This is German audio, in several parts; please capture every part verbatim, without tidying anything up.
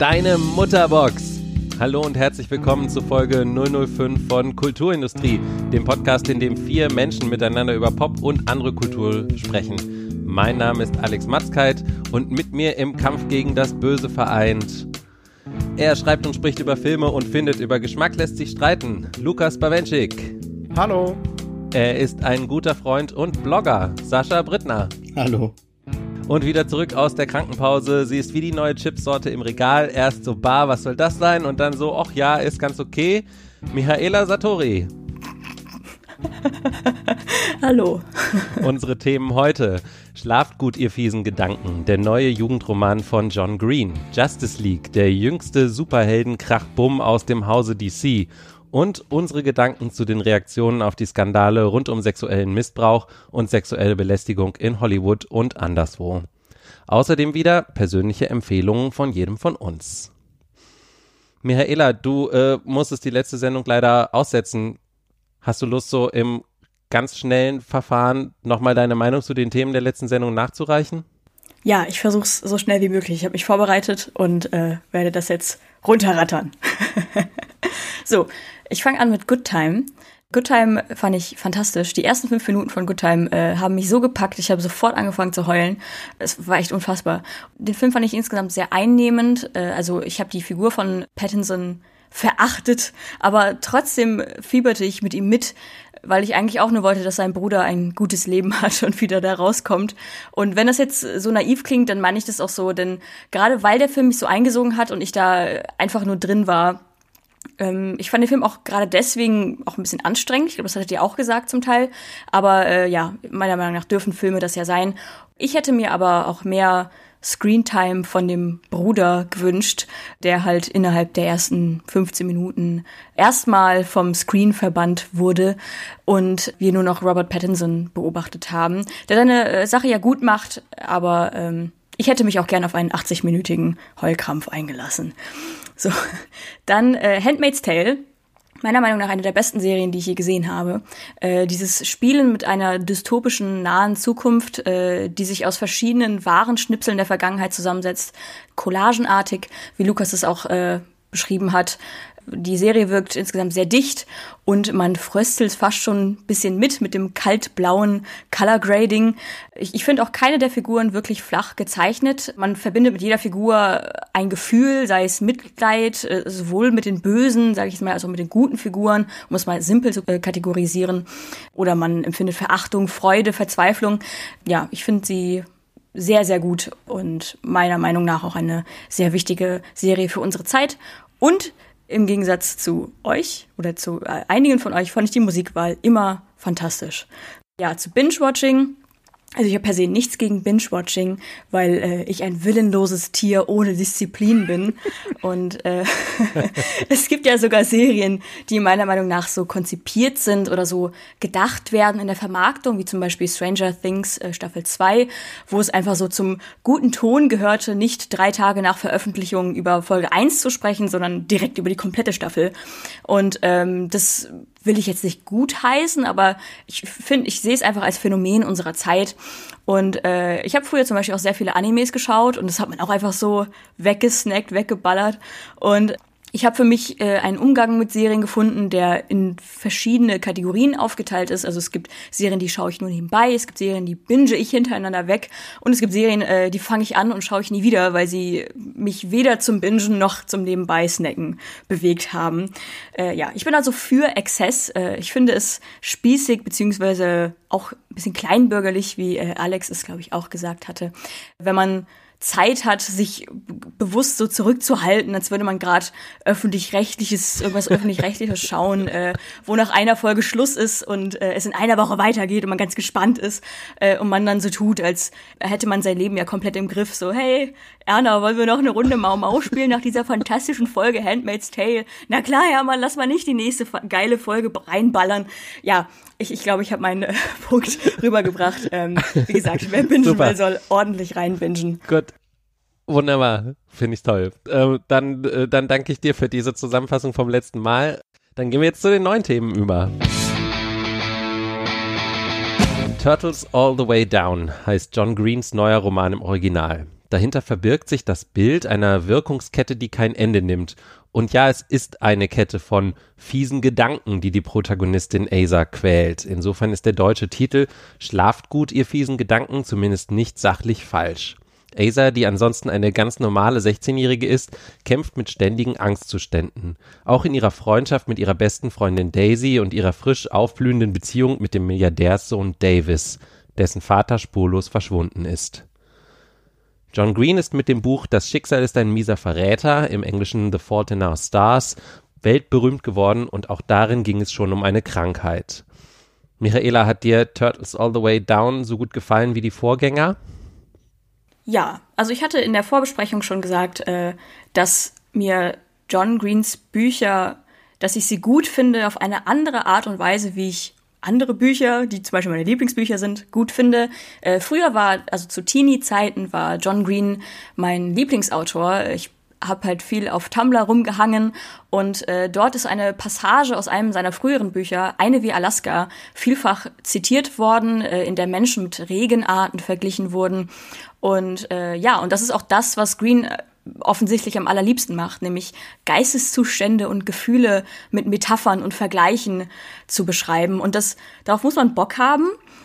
Deine Mutterbox. Hallo und herzlich willkommen zu Folge null null fünf von Kulturindustrie, dem Podcast, in dem vier Menschen miteinander über Pop und andere Kultur sprechen. Mein Name ist Alex Matzkeit und mit mir im Kampf gegen das Böse vereint. Er schreibt und spricht über Filme und findet, über Geschmack lässt sich streiten. Lukas Bawenschik. Hallo. Er ist ein guter Freund und Blogger. Sascha Brittner. Hallo. Und wieder zurück aus der Krankenpause. Sie ist wie die neue Chipsorte im Regal. Erst so, bar, was soll das sein? Und dann so, ach ja, ist ganz okay. Michaela Satori. Hallo. Unsere Themen heute. Schlaft gut, ihr fiesen Gedanken. Der neue Jugendroman von John Green. Justice League, der jüngste Superhelden-Krach-Bumm aus dem Hause D C. Und unsere Gedanken zu den Reaktionen auf die Skandale rund um sexuellen Missbrauch und sexuelle Belästigung in Hollywood und anderswo. Außerdem wieder persönliche Empfehlungen von jedem von uns. Michaela, du äh, musstest die letzte Sendung leider aussetzen. Hast du Lust, so im ganz schnellen Verfahren nochmal deine Meinung zu den Themen der letzten Sendung nachzureichen? Ja, ich versuche es so schnell wie möglich. Ich habe mich vorbereitet und äh, werde das jetzt runterrattern. So, ich fange an mit Good Time. Good Time fand ich fantastisch. Die ersten fünf Minuten von Good Time äh, haben mich so gepackt. Ich habe sofort angefangen zu heulen. Es war echt unfassbar. Den Film fand ich insgesamt sehr einnehmend. Äh, also ich habe die Figur von Pattinson verachtet, aber trotzdem fieberte ich mit ihm mit, weil ich eigentlich auch nur wollte, dass sein Bruder ein gutes Leben hat und wieder da rauskommt. Und wenn das jetzt so naiv klingt, dann meine ich das auch so, denn gerade weil der Film mich so eingesogen hat und ich da einfach nur drin war, ähm, ich fand den Film auch gerade deswegen auch ein bisschen anstrengend. Ich glaube, das hattet ihr auch gesagt zum Teil. Aber äh, ja, meiner Meinung nach dürfen Filme das ja sein. Ich hätte mir aber auch mehr Screentime von dem Bruder gewünscht, der halt innerhalb der ersten fünfzehn Minuten erstmal vom Screen verbannt wurde und wir nur noch Robert Pattinson beobachtet haben, der seine äh, Sache ja gut macht, aber ähm, ich hätte mich auch gern auf einen achtzig-minütigen Heulkrampf eingelassen. So, dann äh, Handmaid's Tale. Meiner Meinung nach eine der besten Serien, die ich je gesehen habe. Äh, dieses Spielen mit einer dystopischen, nahen Zukunft, äh, die sich aus verschiedenen wahren Schnipseln der Vergangenheit zusammensetzt, collagenartig, wie Lukas es auch äh, beschrieben hat. Die Serie wirkt insgesamt sehr dicht und man fröstelt fast schon ein bisschen mit, mit dem kaltblauen Color Grading. Ich, ich finde auch keine der Figuren wirklich flach gezeichnet. Man verbindet mit jeder Figur ein Gefühl, sei es Mitleid, äh, sowohl mit den Bösen, sage ich jetzt mal, als auch mit den guten Figuren, um es mal simpel zu äh, kategorisieren. Oder man empfindet Verachtung, Freude, Verzweiflung. Ja, ich finde sie sehr, sehr gut und meiner Meinung nach auch eine sehr wichtige Serie für unsere Zeit. Und im Gegensatz zu euch oder zu äh, einigen von euch fand ich die Musikwahl immer fantastisch. Ja, zu Binge-Watching. Also ich habe per se nichts gegen Binge-Watching, weil äh, ich ein willenloses Tier ohne Disziplin bin. Und äh, es gibt ja sogar Serien, die meiner Meinung nach so konzipiert sind oder so gedacht werden in der Vermarktung, wie zum Beispiel Stranger Things äh, Staffel zwei, wo es einfach so zum guten Ton gehörte, nicht drei Tage nach Veröffentlichung über Folge eins zu sprechen, sondern direkt über die komplette Staffel. Und ähm, das will ich jetzt nicht gutheißen, aber ich finde, ich sehe es einfach als Phänomen unserer Zeit. Und äh, ich habe früher zum Beispiel auch sehr viele Animes geschaut und das hat man auch einfach so weggesnackt, weggeballert. Und ich habe für mich äh, einen Umgang mit Serien gefunden, der in verschiedene Kategorien aufgeteilt ist. Also es gibt Serien, die schaue ich nur nebenbei, es gibt Serien, die binge ich hintereinander weg und es gibt Serien, äh, die fange ich an und schaue ich nie wieder, weil sie mich weder zum Bingen noch zum Nebenbei-Snacken bewegt haben. Äh, ja, ich bin also für Exzess. Äh, ich finde es spießig beziehungsweise auch ein bisschen kleinbürgerlich, wie äh, Alex es, glaube ich, auch gesagt hatte, wenn man Zeit hat, sich bewusst so zurückzuhalten, als würde man gerade öffentlich-rechtliches, irgendwas öffentlich-rechtliches schauen, äh, wo nach einer Folge Schluss ist und äh, es in einer Woche weitergeht und man ganz gespannt ist äh, und man dann so tut, als hätte man sein Leben ja komplett im Griff. So, hey, Erna, wollen wir noch eine Runde Mau Mau spielen nach dieser fantastischen Folge Handmaid's Tale? Na klar, ja, Mann, lass mal nicht die nächste geile Folge reinballern. Ja, ich ich glaube, ich habe meinen äh, Punkt rübergebracht. Ähm, wie gesagt, wer bingen will, soll ordentlich reinbingen. Gut. Wunderbar, finde ich toll. Ähm, dann, äh, dann danke ich dir für diese Zusammenfassung vom letzten Mal. Dann gehen wir jetzt zu den neuen Themen über. Turtles All the Way Down heißt John Greens neuer Roman im Original. Dahinter verbirgt sich das Bild einer Wirkungskette, die kein Ende nimmt. Und ja, es ist eine Kette von fiesen Gedanken, die die Protagonistin Aza quält. Insofern ist der deutsche Titel "Schlaft gut, ihr fiesen Gedanken" zumindest nicht sachlich falsch. Aza, die ansonsten eine ganz normale sechzehnjährige ist, kämpft mit ständigen Angstzuständen. Auch in ihrer Freundschaft mit ihrer besten Freundin Daisy und ihrer frisch aufblühenden Beziehung mit dem Milliardärssohn Davis, dessen Vater spurlos verschwunden ist. John Green ist mit dem Buch "Das Schicksal ist ein mieser Verräter", im Englischen The Fault in Our Stars, weltberühmt geworden, und auch darin ging es schon um eine Krankheit. Michaela, hat dir Turtles All the Way Down so gut gefallen wie die Vorgänger? Ja, also ich hatte in der Vorbesprechung schon gesagt, äh, dass mir John Greens Bücher, dass ich sie gut finde auf eine andere Art und Weise, wie ich andere Bücher, die zum Beispiel meine Lieblingsbücher sind, gut finde. Äh, früher war, also zu Teenie-Zeiten war John Green mein Lieblingsautor. Ich habe halt viel auf Tumblr rumgehangen und äh, dort ist eine Passage aus einem seiner früheren Bücher, Eine wie Alaska, vielfach zitiert worden, äh, in der Menschen mit Regenarten verglichen wurden. Und äh, ja, und das ist auch das, was Green äh, offensichtlich am allerliebsten macht, nämlich Geisteszustände und Gefühle mit Metaphern und Vergleichen zu beschreiben. Und das, darauf muss man Bock haben,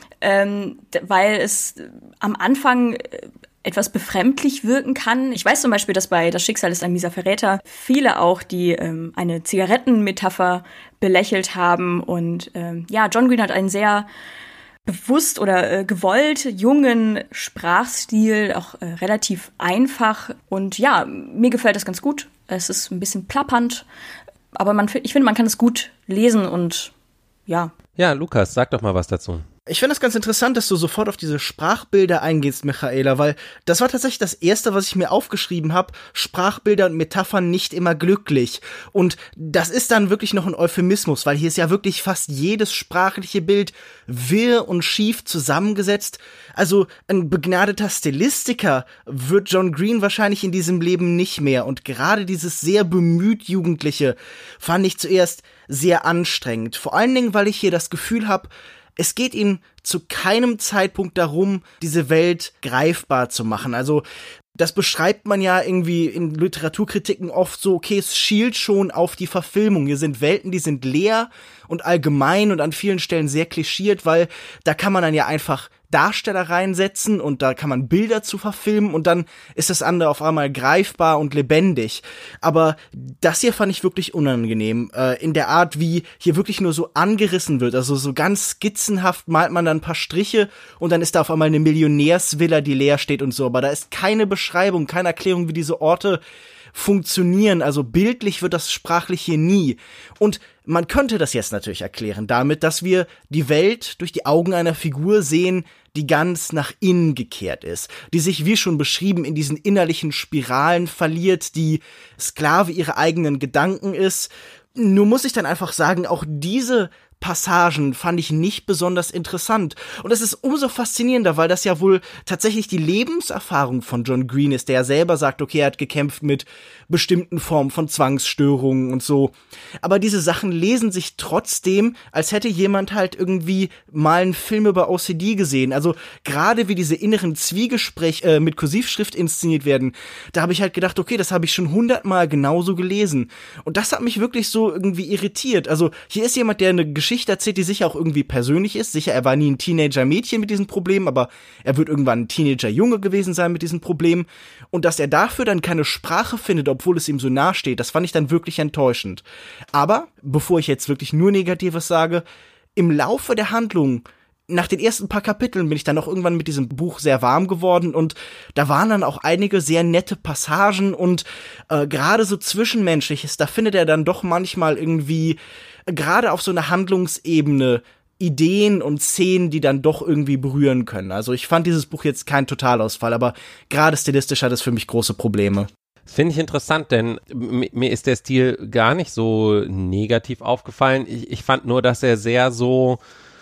ähm, weil es am Anfang äh, etwas befremdlich wirken kann. Ich weiß zum Beispiel, dass bei "Das Schicksal ist ein mieser Verräter" viele auch die ähm, eine Zigarettenmetapher belächelt haben. Und ähm, ja, John Green hat einen sehr bewusst oder äh, gewollt jungen Sprachstil, auch äh, relativ einfach. Und ja, mir gefällt das ganz gut. Es ist ein bisschen plappernd, aber man, ich finde, man kann es gut lesen und ja. Ja, Lukas, sag doch mal was dazu. Ich finde es ganz interessant, dass du sofort auf diese Sprachbilder eingehst, Michaela, weil das war tatsächlich das Erste, was ich mir aufgeschrieben habe. Sprachbilder und Metaphern nicht immer glücklich. Und das ist dann wirklich noch ein Euphemismus, weil hier ist ja wirklich fast jedes sprachliche Bild wirr und schief zusammengesetzt. Also ein begnadeter Stilistiker wird John Green wahrscheinlich in diesem Leben nicht mehr. Und gerade dieses sehr bemüht Jugendliche fand ich zuerst sehr anstrengend. Vor allen Dingen, weil ich hier das Gefühl habe, es geht ihm zu keinem Zeitpunkt darum, diese Welt greifbar zu machen. Also das beschreibt man ja irgendwie in Literaturkritiken oft so, okay, es schielt schon auf die Verfilmung. Hier sind Welten, die sind leer und allgemein und an vielen Stellen sehr klischiert, weil da kann man dann ja einfach Darsteller reinsetzen und da kann man Bilder zu verfilmen und dann ist das andere auf einmal greifbar und lebendig. Aber das hier fand ich wirklich unangenehm, äh, in der Art, wie hier wirklich nur so angerissen wird. Also so ganz skizzenhaft malt man dann ein paar Striche und dann ist da auf einmal eine Millionärsvilla, die leer steht und so. Aber da ist keine Beschreibung, keine Erklärung, wie diese Orte funktionieren. Also bildlich wird das sprachlich hier nie. Und man könnte das jetzt natürlich erklären damit, dass wir die Welt durch die Augen einer Figur sehen, die ganz nach innen gekehrt ist, die sich, wie schon beschrieben, in diesen innerlichen Spiralen verliert, die Sklave ihrer eigenen Gedanken ist. Nur muss ich dann einfach sagen, auch diese Passagen fand ich nicht besonders interessant. Und es ist umso faszinierender, weil das ja wohl tatsächlich die Lebenserfahrung von John Green ist, der ja selber sagt, okay, er hat gekämpft mit bestimmten Formen von Zwangsstörungen und so. Aber diese Sachen lesen sich trotzdem, als hätte jemand halt irgendwie mal einen Film über O C D gesehen. Also gerade wie diese inneren Zwiegespräche äh, mit Kursivschrift inszeniert werden, da habe ich halt gedacht, okay, das habe ich schon hundertmal genauso gelesen. Und das hat mich wirklich so irgendwie irritiert. Also hier ist jemand, der eine Geschichte erzählt, die sicher auch irgendwie persönlich ist. Sicher, er war nie ein Teenager-Mädchen mit diesen Problemen, aber er wird irgendwann ein Teenager-Junge gewesen sein mit diesen Problemen. Und dass er dafür dann keine Sprache findet, obwohl es ihm so nahe steht, das fand ich dann wirklich enttäuschend. Aber, bevor ich jetzt wirklich nur Negatives sage, im Laufe der Handlung, nach den ersten paar Kapiteln bin ich dann auch irgendwann mit diesem Buch sehr warm geworden und da waren dann auch einige sehr nette Passagen und äh, gerade so Zwischenmenschliches, da findet er dann doch manchmal irgendwie gerade auf so einer Handlungsebene Ideen und Szenen, die dann doch irgendwie berühren können. Also ich fand dieses Buch jetzt kein Totalausfall, aber gerade stilistisch hat es für mich große Probleme. Das finde ich interessant, denn mir ist der Stil gar nicht so negativ aufgefallen. Ich, ich fand nur, dass er sehr so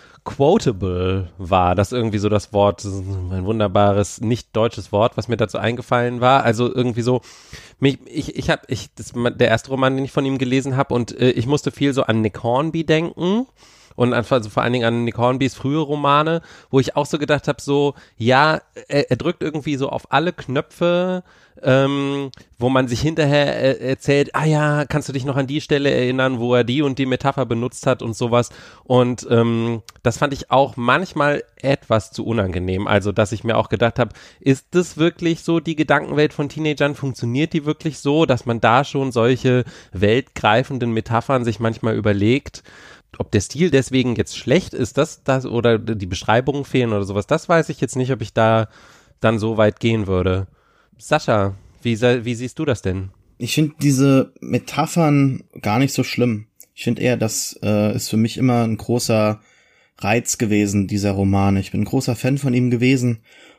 quotable war. Das ist irgendwie so das Wort, das ist ein wunderbares, nicht deutsches Wort, was mir dazu eingefallen war. Also irgendwie so, mich, ich, ich habe, ich, das ist der erste Roman, den ich von ihm gelesen habe und äh, ich musste viel so an Nick Hornby denken. und also vor allen Dingen an Nick Hornbys frühe Romane, wo ich auch so gedacht habe, so, ja, er, er drückt irgendwie so auf alle Knöpfe, ähm, wo man sich hinterher äh, erzählt, ah ja, kannst du dich noch an die Stelle erinnern, wo er die und die Metapher benutzt hat und sowas, und ähm, das fand ich auch manchmal etwas zu unangenehm, also dass ich mir auch gedacht habe, ist das wirklich so die Gedankenwelt von Teenagern, funktioniert die wirklich so, dass man da schon solche weltgreifenden Metaphern sich manchmal überlegt? Ob der Stil deswegen jetzt schlecht ist, das, das oder die Beschreibungen fehlen oder sowas, das weiß ich jetzt nicht, ob ich da dann so weit gehen würde. Sascha, wie, wie siehst du das denn? Ich finde diese Metaphern gar nicht so schlimm. Ich finde eher, das äh, ist für mich immer ein großer Reiz gewesen, dieser Roman. Ich bin ein großer Fan von ihm gewesen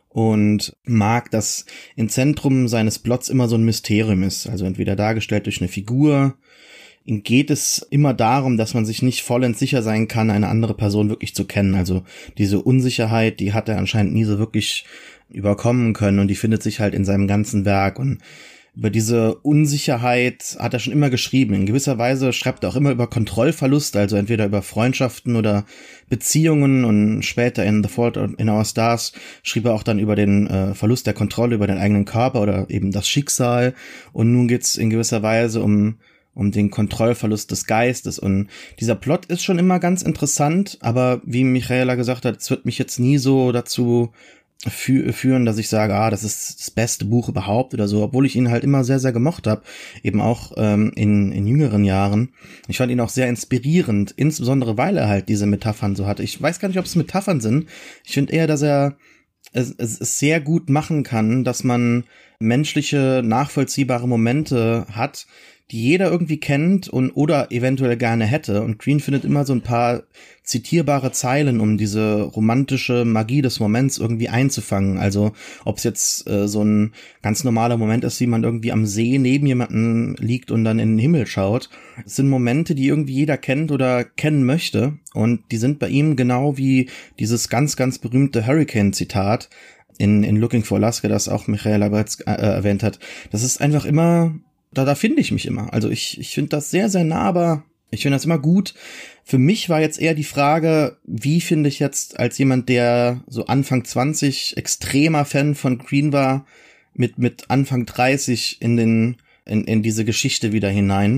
und mag, dass im Zentrum seines Plots immer so ein Mysterium ist. Also entweder dargestellt durch eine Figur. Ihm geht es immer darum, dass man sich nicht vollends sicher sein kann, eine andere Person wirklich zu kennen. Also diese Unsicherheit, die hat er anscheinend nie so wirklich überkommen können und die findet sich halt in seinem ganzen Werk. Und über diese Unsicherheit hat er schon immer geschrieben. In gewisser Weise schreibt er auch immer über Kontrollverlust, also entweder über Freundschaften oder Beziehungen, und später in The Fault in Our Stars schrieb er auch dann über den äh, Verlust der Kontrolle über den eigenen Körper oder eben das Schicksal. Und nun geht's in gewisser Weise um um den Kontrollverlust des Geistes, und dieser Plot ist schon immer ganz interessant, aber wie Michaela gesagt hat, es wird mich jetzt nie so dazu fü- führen, dass ich sage, ah, das ist das beste Buch überhaupt oder so, obwohl ich ihn halt immer sehr, sehr gemocht habe, eben auch ähm, in, in jüngeren Jahren. Ich fand ihn auch sehr inspirierend, insbesondere weil er halt diese Metaphern so hatte. Ich weiß gar nicht, ob es Metaphern sind. Ich finde eher, dass er es, es, es sehr gut machen kann, dass man menschliche, nachvollziehbare Momente hat, die jeder irgendwie kennt und oder eventuell gerne hätte. Und Green findet immer so ein paar zitierbare Zeilen, um diese romantische Magie des Moments irgendwie einzufangen. Also ob es jetzt äh, so ein ganz normaler Moment ist, wie man irgendwie am See neben jemanden liegt und dann in den Himmel schaut. Es sind Momente, die irgendwie jeder kennt oder kennen möchte. Und die sind bei ihm genau wie dieses ganz, ganz berühmte Hurricane-Zitat in, in Looking for Alaska, das auch Michaela bereits äh, erwähnt hat. Das ist einfach immer... Da, da finde ich mich immer. Also ich, ich finde das sehr, sehr nahbar. Ich finde das immer gut. Für mich war jetzt eher die Frage, wie finde ich jetzt als jemand, der so Anfang zwanzig extremer Fan von Green war, mit, mit Anfang dreißig in den, in, in diese Geschichte wieder hinein.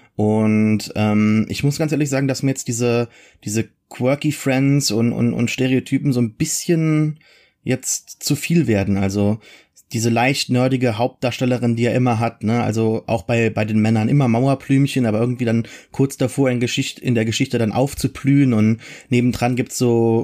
Und, ähm, ich muss ganz ehrlich sagen, dass mir jetzt diese, diese quirky Friends und, und, und Stereotypen so ein bisschen jetzt zu viel werden. Also, diese leicht nerdige Hauptdarstellerin, die er immer hat, ne, also auch bei bei den Männern immer Mauerblümchen, aber irgendwie dann kurz davor in Geschichte in der Geschichte dann aufzublühen, und nebendran gibt's so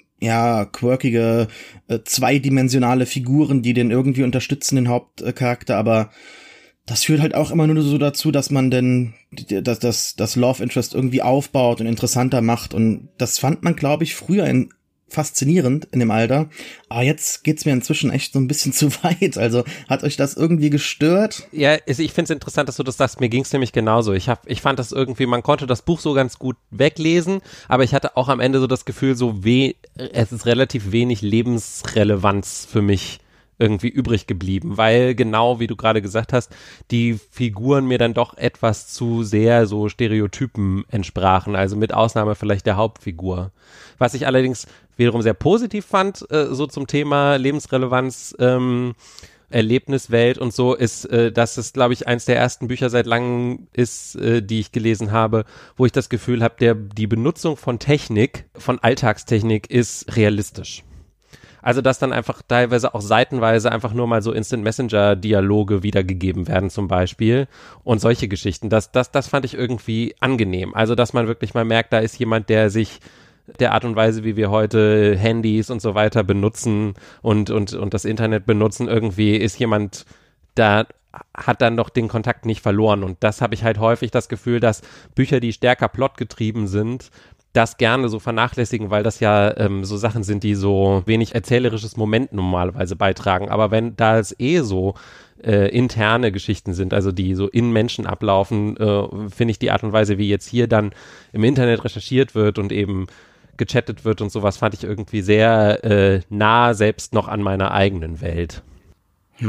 ja quirkige äh, zweidimensionale Figuren, die den irgendwie unterstützen, den Hauptcharakter, aber das führt halt auch immer nur so dazu, dass man denn dass das das Love Interest irgendwie aufbaut und interessanter macht, und das fand man, glaube ich, früher in faszinierend in dem Alter, aber jetzt geht's mir inzwischen echt so ein bisschen zu weit. Also hat euch das irgendwie gestört? Ja, ich finde es interessant, dass du das sagst. Mir ging's nämlich genauso. Ich hab, ich fand das irgendwie, man konnte das Buch so ganz gut weglesen, aber ich hatte auch am Ende so das Gefühl, so weh, es ist relativ wenig Lebensrelevanz für mich irgendwie übrig geblieben, weil genau, wie du gerade gesagt hast, die Figuren mir dann doch etwas zu sehr so Stereotypen entsprachen, also mit Ausnahme vielleicht der Hauptfigur. Was ich allerdings wiederum sehr positiv fand, äh, so zum Thema Lebensrelevanz, ähm, Erlebniswelt und so, ist, äh, dass es, glaube ich, eins der ersten Bücher seit langem ist, äh, die ich gelesen habe, wo ich das Gefühl habe, der die Benutzung von Technik, von Alltagstechnik ist realistisch. Also, dass dann einfach teilweise auch seitenweise einfach nur mal so Instant-Messenger-Dialoge wiedergegeben werden zum Beispiel und solche Geschichten. Das, das, das fand ich irgendwie angenehm. Also, dass man wirklich mal merkt, da ist jemand, der sich der Art und Weise, wie wir heute Handys und so weiter benutzen und, und, und das Internet benutzen, irgendwie ist jemand, da hat dann doch den Kontakt nicht verloren. Und das habe ich halt häufig das Gefühl, dass Bücher, die stärker plotgetrieben sind, das gerne so vernachlässigen, weil das ja ähm, so Sachen sind, die so wenig erzählerisches Moment normalerweise beitragen. Aber wenn da es eh so äh, interne Geschichten sind, also die so in Menschen ablaufen, äh, finde ich die Art und Weise, wie jetzt hier dann im Internet recherchiert wird und eben gechattet wird und sowas, fand ich irgendwie sehr äh, nah selbst noch an meiner eigenen Welt. Hm.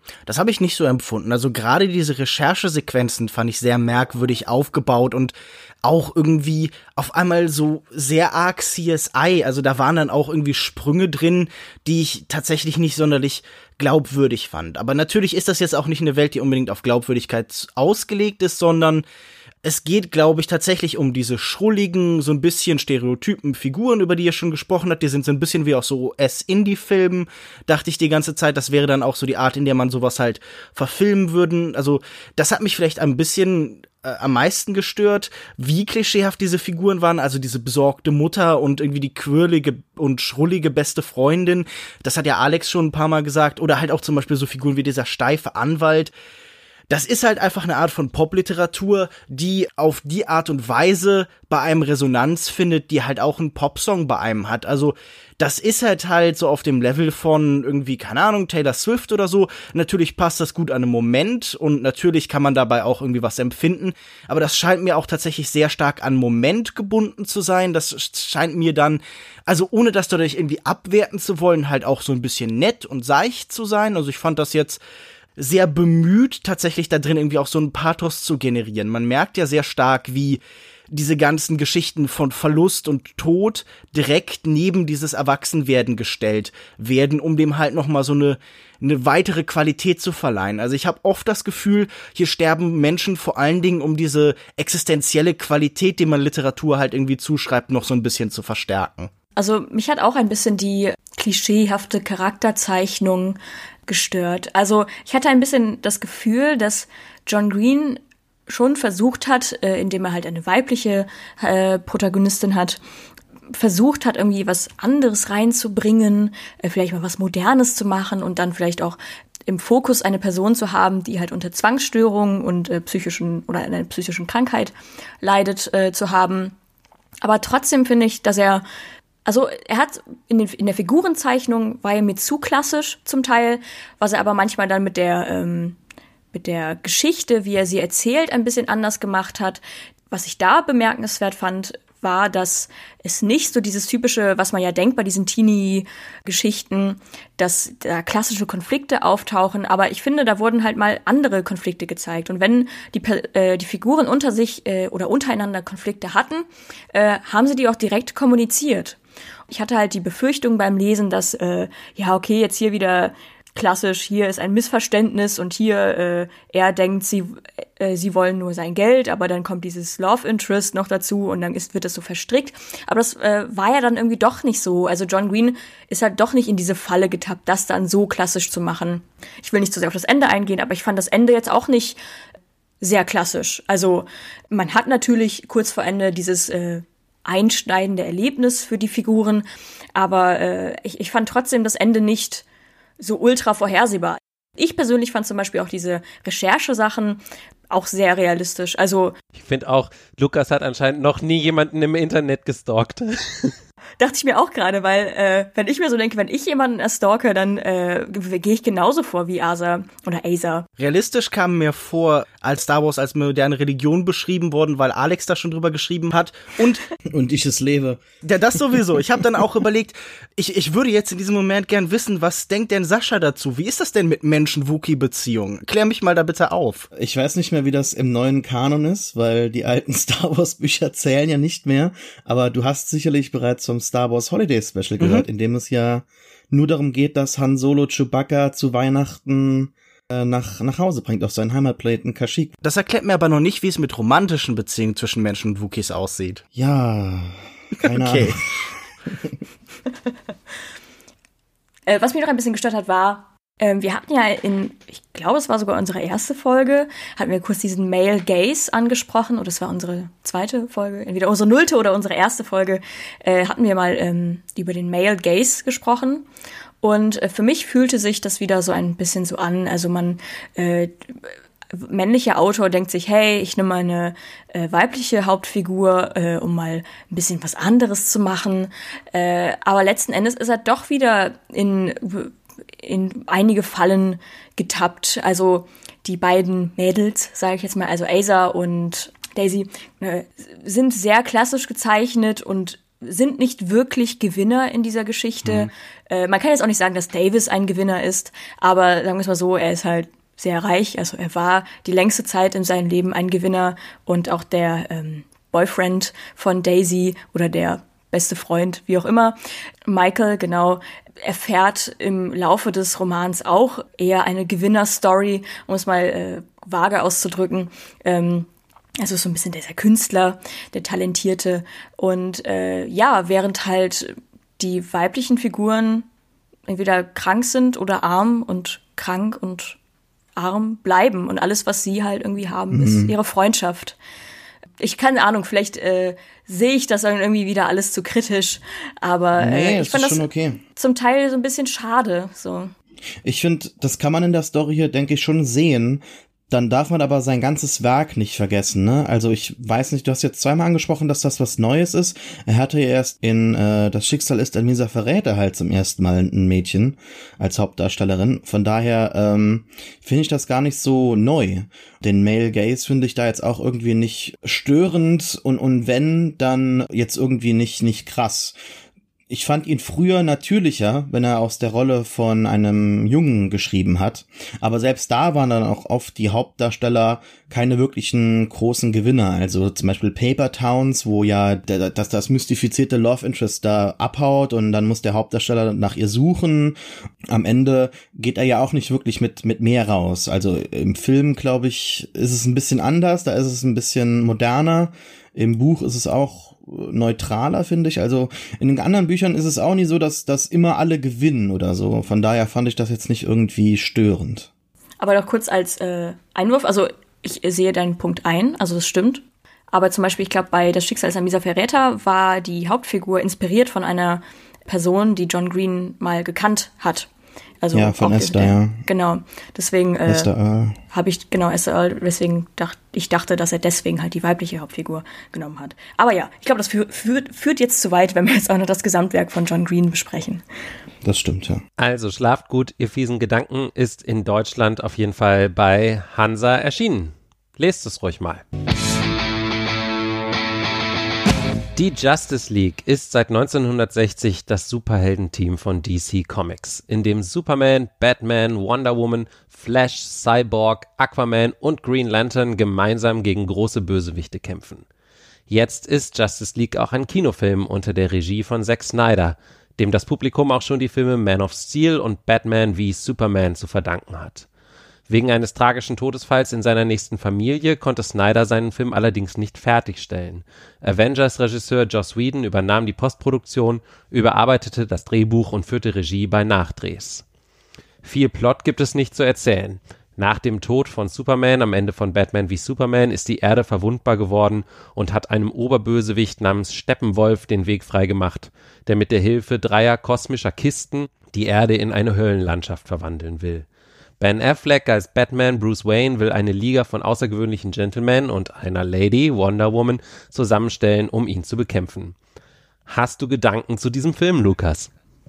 Das habe ich nicht so empfunden. Also gerade diese Recherchesequenzen fand ich sehr merkwürdig aufgebaut und auch irgendwie auf einmal so sehr arg C S I. Also da waren dann auch irgendwie Sprünge drin, die ich tatsächlich nicht sonderlich glaubwürdig fand. Aber natürlich ist das jetzt auch nicht eine Welt, die unbedingt auf Glaubwürdigkeit ausgelegt ist, sondern es geht, glaube ich, tatsächlich um diese schrulligen, so ein bisschen stereotypen Figuren, über die ihr schon gesprochen habt. Die sind so ein bisschen wie auch so S-Indie-Filmen, dachte ich die ganze Zeit. Das wäre dann auch so die Art, in der man sowas halt verfilmen würden. Also das hat mich vielleicht ein bisschen äh, am meisten gestört, wie klischeehaft diese Figuren waren. Also diese besorgte Mutter und irgendwie die quirlige und schrullige beste Freundin. Das hat ja Alex schon ein paar Mal gesagt. Oder halt auch zum Beispiel so Figuren wie dieser steife Anwalt. Das ist halt einfach eine Art von Popliteratur, die auf die Art und Weise bei einem Resonanz findet, die halt auch ein Popsong bei einem hat. Also das ist halt halt so auf dem Level von irgendwie, keine Ahnung, Taylor Swift oder so. Natürlich passt das gut an einen Moment und natürlich kann man dabei auch irgendwie was empfinden. Aber das scheint mir auch tatsächlich sehr stark an Moment gebunden zu sein. Das scheint mir dann, also ohne das dadurch irgendwie abwerten zu wollen, halt auch so ein bisschen nett und seicht zu sein. Also ich fand das jetzt sehr bemüht, tatsächlich da drin irgendwie auch so einen Pathos zu generieren. Man merkt ja sehr stark, wie diese ganzen Geschichten von Verlust und Tod direkt neben dieses Erwachsenwerden gestellt werden, um dem halt noch mal so eine eine weitere Qualität zu verleihen. Also ich habe oft das Gefühl, hier sterben Menschen vor allen Dingen, um diese existenzielle Qualität, die man Literatur halt irgendwie zuschreibt, noch so ein bisschen zu verstärken. Also mich hat auch ein bisschen die klischeehafte Charakterzeichnung gestört. Also ich hatte ein bisschen das Gefühl, dass John Green schon versucht hat, äh, indem er halt eine weibliche äh, Protagonistin hat, versucht hat, irgendwie was anderes reinzubringen, äh, vielleicht mal was Modernes zu machen und dann vielleicht auch im Fokus eine Person zu haben, die halt unter Zwangsstörungen und äh, psychischen oder einer psychischen Krankheit leidet, äh, zu haben. Aber trotzdem finde ich, dass er Also er hat in, den, in der Figurenzeichnung war er mir zu klassisch zum Teil, was er aber manchmal dann mit der ähm, mit der Geschichte, wie er sie erzählt, ein bisschen anders gemacht hat. Was ich da bemerkenswert fand, war, dass es nicht so dieses typische, was man ja denkt bei diesen Teenie-Geschichten, dass da klassische Konflikte auftauchen, aber ich finde, da wurden halt mal andere Konflikte gezeigt. Und wenn die, äh, die Figuren unter sich äh, oder untereinander Konflikte hatten, äh, haben sie die auch direkt kommuniziert. Ich hatte halt die Befürchtung beim Lesen, dass, äh, ja, okay, jetzt hier wieder klassisch, hier ist ein Missverständnis und hier, äh, er denkt, sie äh, sie wollen nur sein Geld, aber dann kommt dieses Love Interest noch dazu und dann ist, wird das so verstrickt. Aber das äh, war ja dann irgendwie doch nicht so. Also John Green ist halt doch nicht in diese Falle getappt, das dann so klassisch zu machen. Ich will nicht zu sehr auf das Ende eingehen, aber ich fand das Ende jetzt auch nicht sehr klassisch. Also man hat natürlich kurz vor Ende dieses äh, einschneidende Erlebnis für die Figuren, aber äh, ich, ich fand trotzdem das Ende nicht so ultra vorhersehbar. Ich persönlich fand zum Beispiel auch diese Recherchesachen auch sehr realistisch. Also ich finde auch, Lukas hat anscheinend noch nie jemanden im Internet gestalkt. Dachte ich mir auch gerade, weil äh, wenn ich mir so denke, wenn ich jemanden stalke, dann äh, gehe ich genauso vor wie Asa oder Asa. Realistisch kam mir vor, als Star Wars als moderne Religion beschrieben worden, weil Alex da schon drüber geschrieben hat. Und und ich es lebe. Ja, das sowieso. Ich habe dann auch überlegt, ich, ich würde jetzt in diesem Moment gern wissen, was denkt denn Sascha dazu? Wie ist das denn mit Menschen-Wookie-Beziehungen? Klär mich mal da bitte auf. Ich weiß nicht mehr, wie das im neuen Kanon ist, weil die alten Star Wars Bücher zählen ja nicht mehr. Aber du hast sicherlich bereits vom Star Wars Holiday Special gehört, mhm. in dem es ja nur darum geht, dass Han Solo Chewbacca zu Weihnachten äh, nach nach Hause bringt, auf seinen Heimatplaneten Kashyyyk. Das erklärt mir aber noch nicht, wie es mit romantischen Beziehungen zwischen Menschen und Wookiees aussieht. Ja, keine okay. Ahnung. äh, was mich noch ein bisschen gestört hat, war, Ähm, wir hatten ja in, ich glaube, es war sogar unsere erste Folge, hatten wir kurz diesen Male Gaze angesprochen, oder es war unsere zweite Folge, entweder unsere nullte oder unsere erste Folge, äh, hatten wir mal ähm, über den Male Gaze gesprochen. Und äh, für mich fühlte sich das wieder so ein bisschen so an, also man, äh, männlicher Autor denkt sich, hey, ich nehme mal eine äh, weibliche Hauptfigur, äh, um mal ein bisschen was anderes zu machen. Äh, aber letzten Endes ist er doch wieder in in einige Fallen getappt. Also die beiden Mädels, sage ich jetzt mal, also Asa und Daisy, äh, sind sehr klassisch gezeichnet und sind nicht wirklich Gewinner in dieser Geschichte. Mhm. Äh, man kann jetzt auch nicht sagen, dass Davis ein Gewinner ist, aber sagen wir es mal so, er ist halt sehr reich. Also er war die längste Zeit in seinem Leben ein Gewinner und auch der ähm, Boyfriend von Daisy oder der beste Freund, wie auch immer, Michael, genau, erfährt im Laufe des Romans auch eher eine Gewinnerstory, um es mal äh, vage auszudrücken. Ähm, Also so ein bisschen der, der Künstler, der Talentierte. Und äh, ja, während halt die weiblichen Figuren entweder krank sind oder arm und krank und arm bleiben. Und alles, was sie halt irgendwie haben, mhm. ist ihre Freundschaft. Ich keine Ahnung, vielleicht äh, sehe ich das dann irgendwie wieder alles zu kritisch. Aber nee, äh, ich fand das okay. zum Teil so ein bisschen schade. So. Ich finde, das kann man in der Story hier, denke ich, schon sehen. Dann darf man aber sein ganzes Werk nicht vergessen, ne? Also ich weiß nicht, du hast jetzt zweimal angesprochen, dass das was Neues ist. Er hatte ja erst in äh, Das Schicksal ist ein mieser Verräter halt zum ersten Mal ein Mädchen als Hauptdarstellerin. Von daher ähm, finde ich das gar nicht so neu. Den Male Gaze finde ich da jetzt auch irgendwie nicht störend und und wenn, dann jetzt irgendwie nicht nicht krass. Ich fand ihn früher natürlicher, wenn er aus der Rolle von einem Jungen geschrieben hat. Aber selbst da waren dann auch oft die Hauptdarsteller keine wirklichen großen Gewinner. Also zum Beispiel Paper Towns, wo ja der, das, das mystifizierte Love Interest da abhaut und dann muss der Hauptdarsteller nach ihr suchen. Am Ende geht er ja auch nicht wirklich mit, mit mehr raus. Also im Film, glaube ich, ist es ein bisschen anders. Da ist es ein bisschen moderner. Im Buch ist es auch neutraler, finde ich. Also in den anderen Büchern ist es auch nie so, dass, dass immer alle gewinnen oder so. Von daher fand ich das jetzt nicht irgendwie störend. Aber noch kurz als äh, Einwurf, also ich sehe deinen Punkt ein, also das stimmt. Aber zum Beispiel, ich glaube, bei Das Schicksal ist ein mieser Verräter war die Hauptfigur inspiriert von einer Person, die John Green mal gekannt hat. Also ja, von Esther, der, ja. Genau, deswegen äh, Esther habe ich, genau, Esther Earl, deswegen dachte ich dachte, dass er deswegen halt die weibliche Hauptfigur genommen hat. Aber ja, ich glaube, das führ, führt, führt jetzt zu weit, wenn wir jetzt auch noch das Gesamtwerk von John Green besprechen. Das stimmt, ja. Also, Schlaft gut, ihr fiesen Gedanken ist in Deutschland auf jeden Fall bei Hansa erschienen. Lest es ruhig mal. Die Justice League ist seit neunzehnhundertsechzig das Superheldenteam von D C Comics, in dem Superman, Batman, Wonder Woman, Flash, Cyborg, Aquaman und Green Lantern gemeinsam gegen große Bösewichte kämpfen. Jetzt ist Justice League auch ein Kinofilm unter der Regie von Zack Snyder, dem das Publikum auch schon die Filme Man of Steel und Batman wie Superman zu verdanken hat. Wegen eines tragischen Todesfalls in seiner nächsten Familie konnte Snyder seinen Film allerdings nicht fertigstellen. Avengers-Regisseur Joss Whedon übernahm die Postproduktion, überarbeitete das Drehbuch und führte Regie bei Nachdrehs. Viel Plot gibt es nicht zu erzählen. Nach dem Tod von Superman am Ende von Batman wie Superman ist die Erde verwundbar geworden und hat einem Oberbösewicht namens Steppenwolf den Weg freigemacht, der mit der Hilfe dreier kosmischer Kisten die Erde in eine Höllenlandschaft verwandeln will. Ben Affleck als Batman Bruce Wayne will eine Liga von außergewöhnlichen Gentlemen und einer Lady, Wonder Woman, zusammenstellen, um ihn zu bekämpfen. Hast du Gedanken zu diesem Film, Lukas?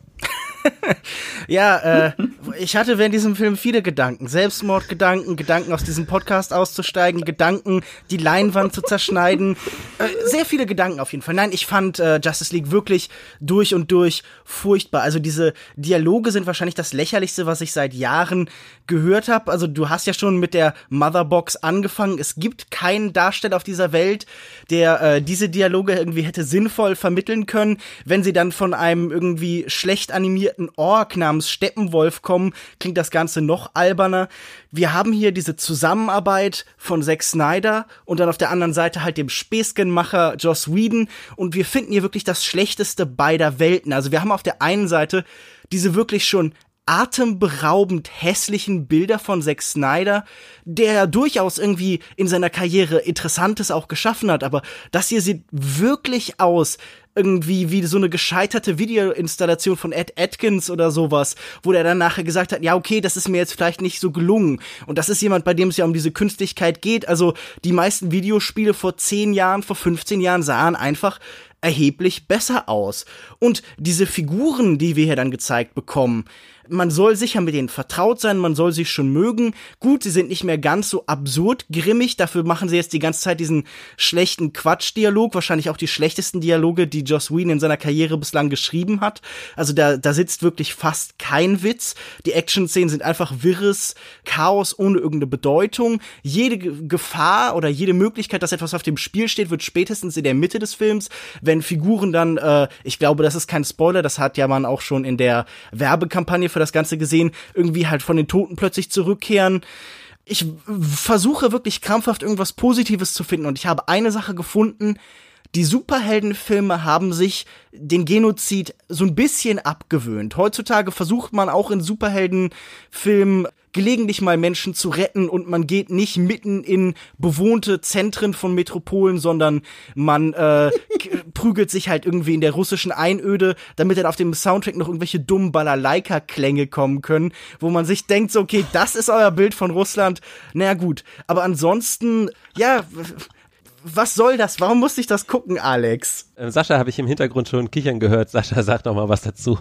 Ja, äh, ich hatte während diesem Film viele Gedanken. Selbstmordgedanken, Gedanken aus diesem Podcast auszusteigen, Gedanken, die Leinwand zu zerschneiden. Äh, sehr viele Gedanken auf jeden Fall. Nein, ich fand äh, Justice League wirklich durch und durch furchtbar. Also diese Dialoge sind wahrscheinlich das Lächerlichste, was ich seit Jahren gehört habe. Also du hast ja schon mit der Motherbox angefangen. Es gibt keinen Darsteller auf dieser Welt, der äh, diese Dialoge irgendwie hätte sinnvoll vermitteln können. Wenn sie dann von einem irgendwie schlecht animierten Ork namens Steppenwolf kommen, klingt das Ganze noch alberner. Wir haben hier diese Zusammenarbeit von Zack Snyder und dann auf der anderen Seite halt dem Späßchenmacher Joss Whedon und wir finden hier wirklich das Schlechteste beider Welten. Also wir haben auf der einen Seite diese wirklich schon atemberaubend hässlichen Bilder von Zack Snyder, der durchaus irgendwie in seiner Karriere Interessantes auch geschaffen hat, aber das hier sieht wirklich aus irgendwie wie so eine gescheiterte Videoinstallation von Ed Atkins oder sowas, wo der dann nachher gesagt hat, ja okay, das ist mir jetzt vielleicht nicht so gelungen. Und das ist jemand, bei dem es ja um diese Künstlichkeit geht. Also die meisten Videospiele vor zehn Jahren, vor fünfzehn Jahren sahen einfach erheblich besser aus. Und diese Figuren, die wir hier dann gezeigt bekommen, Man soll sicher mit denen vertraut sein, man soll sie schon mögen. Gut, sie sind nicht mehr ganz so absurd grimmig, dafür machen sie jetzt die ganze Zeit diesen schlechten Quatschdialog, wahrscheinlich auch die schlechtesten Dialoge, die Joss Whedon in seiner Karriere bislang geschrieben hat. Also da, da sitzt wirklich fast kein Witz. Die Action-Szenen sind einfach wirres Chaos ohne irgendeine Bedeutung. Jede Ge- Gefahr oder jede Möglichkeit, dass etwas auf dem Spiel steht, wird spätestens in der Mitte des Films, wenn Figuren dann, äh, ich glaube, das ist kein Spoiler, das hat ja man auch schon in der Werbekampagne für das Ganze gesehen, irgendwie halt von den Toten plötzlich zurückkehren. Ich versuche wirklich krampfhaft irgendwas Positives zu finden und ich habe eine Sache gefunden: Die Superheldenfilme haben sich den Genozid so ein bisschen abgewöhnt. Heutzutage versucht man auch in Superheldenfilmen gelegentlich mal Menschen zu retten und man geht nicht mitten in bewohnte Zentren von Metropolen, sondern man äh, k- prügelt sich halt irgendwie in der russischen Einöde, damit dann auf dem Soundtrack noch irgendwelche dummen Balalaika-Klänge kommen können, wo man sich denkt, so, okay, das ist euer Bild von Russland. Naja, gut. Aber ansonsten, ja, was soll das? Warum musste ich das gucken, Alex? Äh, Sascha habe ich im Hintergrund schon kichern gehört. Sascha, sag doch mal was dazu.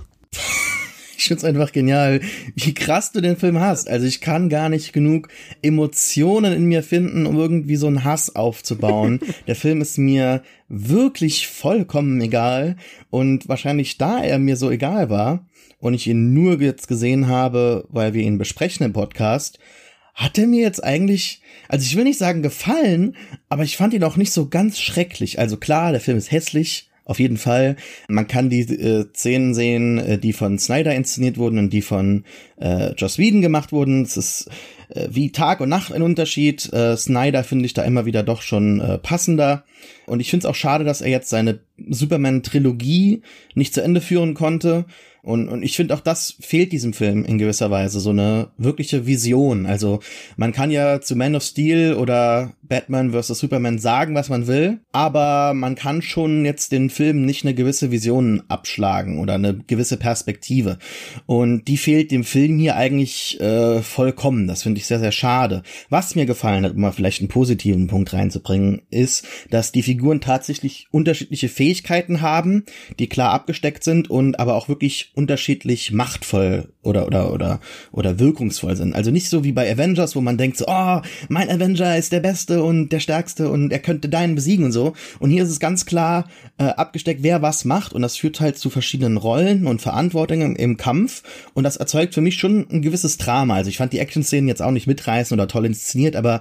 Ich find's einfach genial, wie krass du den Film hast. Also ich kann gar nicht genug Emotionen in mir finden, um irgendwie so einen Hass aufzubauen. Der Film ist mir wirklich vollkommen egal. Und wahrscheinlich da er mir so egal war und ich ihn nur jetzt gesehen habe, weil wir ihn besprechen im Podcast, hat er mir jetzt eigentlich, also ich will nicht sagen gefallen, aber ich fand ihn auch nicht so ganz schrecklich. Also klar, der Film ist hässlich, auf jeden Fall. Man kann die äh, Szenen sehen, äh, die von Snyder inszeniert wurden und die von äh, Joss Whedon gemacht wurden. Es ist äh, wie Tag und Nacht ein Unterschied. Äh, Snyder finde ich da immer wieder doch schon äh, passender. Und ich finde es auch schade, dass er jetzt seine Superman-Trilogie nicht zu Ende führen konnte. Und, und ich finde auch, das fehlt diesem Film in gewisser Weise, so eine wirkliche Vision. Also man kann ja zu Man of Steel oder Batman versus. Superman sagen, was man will, aber man kann schon jetzt den Film nicht eine gewisse Vision abschlagen oder eine gewisse Perspektive. Und die fehlt dem Film hier eigentlich äh, vollkommen. Das finde ich sehr, sehr schade. Was mir gefallen hat, um mal vielleicht einen positiven Punkt reinzubringen, ist, dass die Figuren tatsächlich unterschiedliche Fähigkeiten haben, die klar abgesteckt sind und aber auch wirklich unterschiedlich machtvoll oder oder oder oder wirkungsvoll sind. Also nicht so wie bei Avengers, wo man denkt so, oh, mein Avenger ist der Beste und der Stärkste und er könnte deinen besiegen und so. Und hier ist es ganz klar äh, abgesteckt, wer was macht, und das führt halt zu verschiedenen Rollen und Verantwortungen im, im Kampf, und das erzeugt für mich schon ein gewisses Drama. Also ich fand die Action-Szenen jetzt auch nicht mitreißend oder toll inszeniert, aber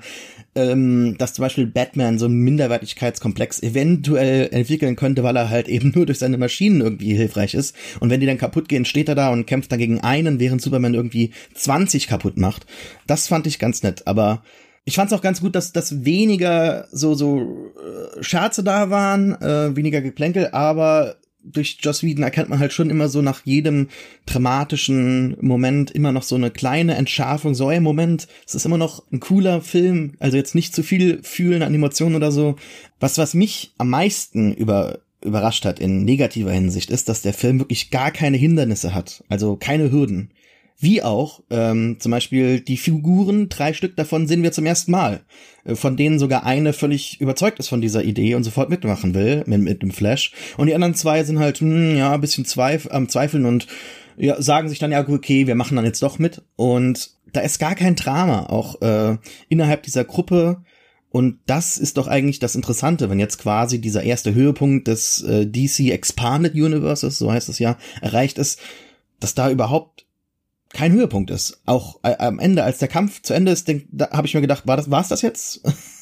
ähm, dass zum Beispiel Batman so einen Minderwertigkeitskomplex eventuell entwickeln könnte, weil er halt eben nur durch seine Maschinen irgendwie hilfreich ist, und wenn die dann kaputt gehen, steht er da und kämpft dann gegen einen, während Superman irgendwie zwanzig kaputt macht. Das fand ich ganz nett, aber ich fand es auch ganz gut, dass dass weniger so so äh, Scherze da waren, äh, weniger Geplänkel, aber durch Joss Whedon erkennt man halt schon immer so nach jedem dramatischen Moment immer noch so eine kleine Entschärfung, so, ey, Moment, es ist immer noch ein cooler Film, also jetzt nicht zu viel fühlen an Emotionen oder so. Was, was mich am meisten über überrascht hat in negativer Hinsicht, ist, dass der Film wirklich gar keine Hindernisse hat, also keine Hürden. Wie auch, ähm, zum Beispiel die Figuren, drei Stück davon sehen wir zum ersten Mal, äh, von denen sogar eine völlig überzeugt ist von dieser Idee und sofort mitmachen will, mit, mit dem Flash. Und die anderen zwei sind halt, hm, ja, ein bisschen zweif- am Zweifeln und ja, sagen sich dann, ja, okay, wir machen dann jetzt doch mit. Und da ist gar kein Drama, auch äh, innerhalb dieser Gruppe. Und das ist doch eigentlich das Interessante, wenn jetzt quasi dieser erste Höhepunkt des äh, D C Expanded Universes, so heißt es ja, erreicht ist, dass da überhaupt kein Höhepunkt ist. Auch äh, am Ende, als der Kampf zu Ende ist, denk, da habe ich mir gedacht, war das, war's das jetzt?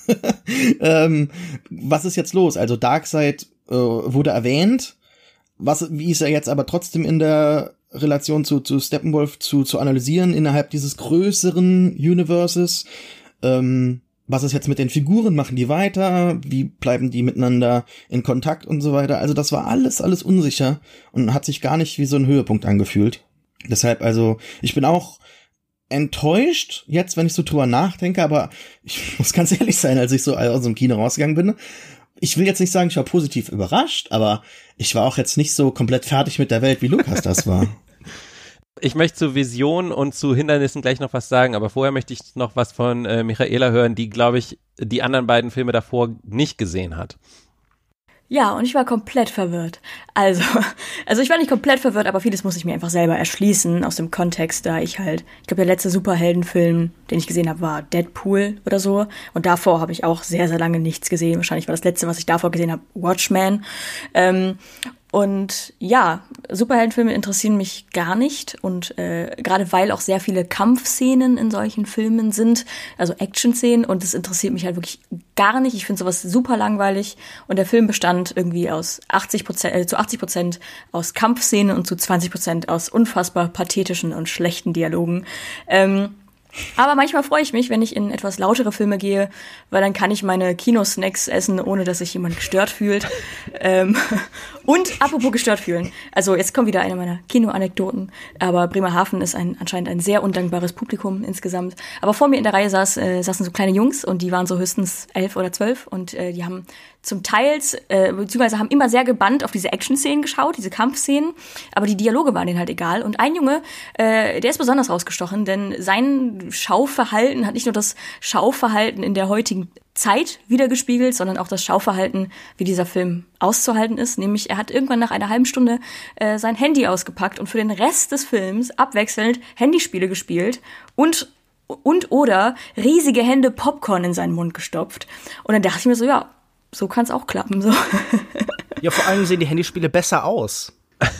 ähm, was ist jetzt los? Also Darkseid äh, wurde erwähnt. Was, wie ist er jetzt aber trotzdem in der Relation zu, zu Steppenwolf zu, zu analysieren innerhalb dieses größeren Universes? Ähm, was ist jetzt mit den Figuren? Machen die weiter? Wie bleiben die miteinander in Kontakt und so weiter? Also das war alles, alles unsicher und hat sich gar nicht wie so ein Höhepunkt angefühlt. Deshalb, also, ich bin auch enttäuscht, jetzt, wenn ich so drüber nachdenke, aber ich muss ganz ehrlich sein, als ich so aus dem Kino rausgegangen bin, ich will jetzt nicht sagen, ich war positiv überrascht, aber ich war auch jetzt nicht so komplett fertig mit der Welt, wie Lukas das war. Ich möchte zu Visionen und zu Hindernissen gleich noch was sagen, aber vorher möchte ich noch was von äh, Michaela hören, die, glaube ich, die anderen beiden Filme davor nicht gesehen hat. Ja, und ich war komplett verwirrt. Also, also ich war nicht komplett verwirrt, aber vieles muss ich mir einfach selber erschließen aus dem Kontext, da ich halt, ich glaube, der letzte Superheldenfilm, den ich gesehen habe, war Deadpool oder so. Und davor habe ich auch sehr, sehr lange nichts gesehen. Wahrscheinlich war das letzte, was ich davor gesehen habe, Watchmen. Ähm, Und ja, Superheldenfilme interessieren mich gar nicht und äh, gerade weil auch sehr viele Kampfszenen in solchen Filmen sind, also Action-Szenen, und das interessiert mich halt wirklich gar nicht. Ich finde sowas super langweilig und der Film bestand irgendwie aus achtzig Prozent, äh, zu achtzig Prozent aus Kampfszenen und zu zwanzig Prozent aus unfassbar pathetischen und schlechten Dialogen. Ähm, Aber manchmal freue ich mich, wenn ich in etwas lautere Filme gehe, weil dann kann ich meine Kinosnacks essen, ohne dass sich jemand gestört fühlt. ähm, und apropos gestört fühlen. Also jetzt kommt wieder eine meiner Kinoanekdoten. Aber Bremerhaven ist ein, anscheinend ein sehr undankbares Publikum insgesamt. Aber vor mir in der Reihe saß, äh, saßen so kleine Jungs und die waren so höchstens elf oder zwölf und äh, die haben zum Teils, äh, beziehungsweise haben immer sehr gebannt auf diese Action-Szenen geschaut, diese Kampfszenen, aber die Dialoge waren denen halt egal. Und ein Junge, äh, der ist besonders rausgestochen, denn sein Schauverhalten hat nicht nur das Schauverhalten in der heutigen Zeit wiedergespiegelt, sondern auch das Schauverhalten, wie dieser Film auszuhalten ist. Nämlich, er hat irgendwann nach einer halben Stunde äh, sein Handy ausgepackt und für den Rest des Films abwechselnd Handyspiele gespielt und und oder riesige Hände Popcorn in seinen Mund gestopft. Und dann dachte ich mir so, ja, so kann es auch klappen. So. Ja, vor allem sehen die Handyspiele besser aus.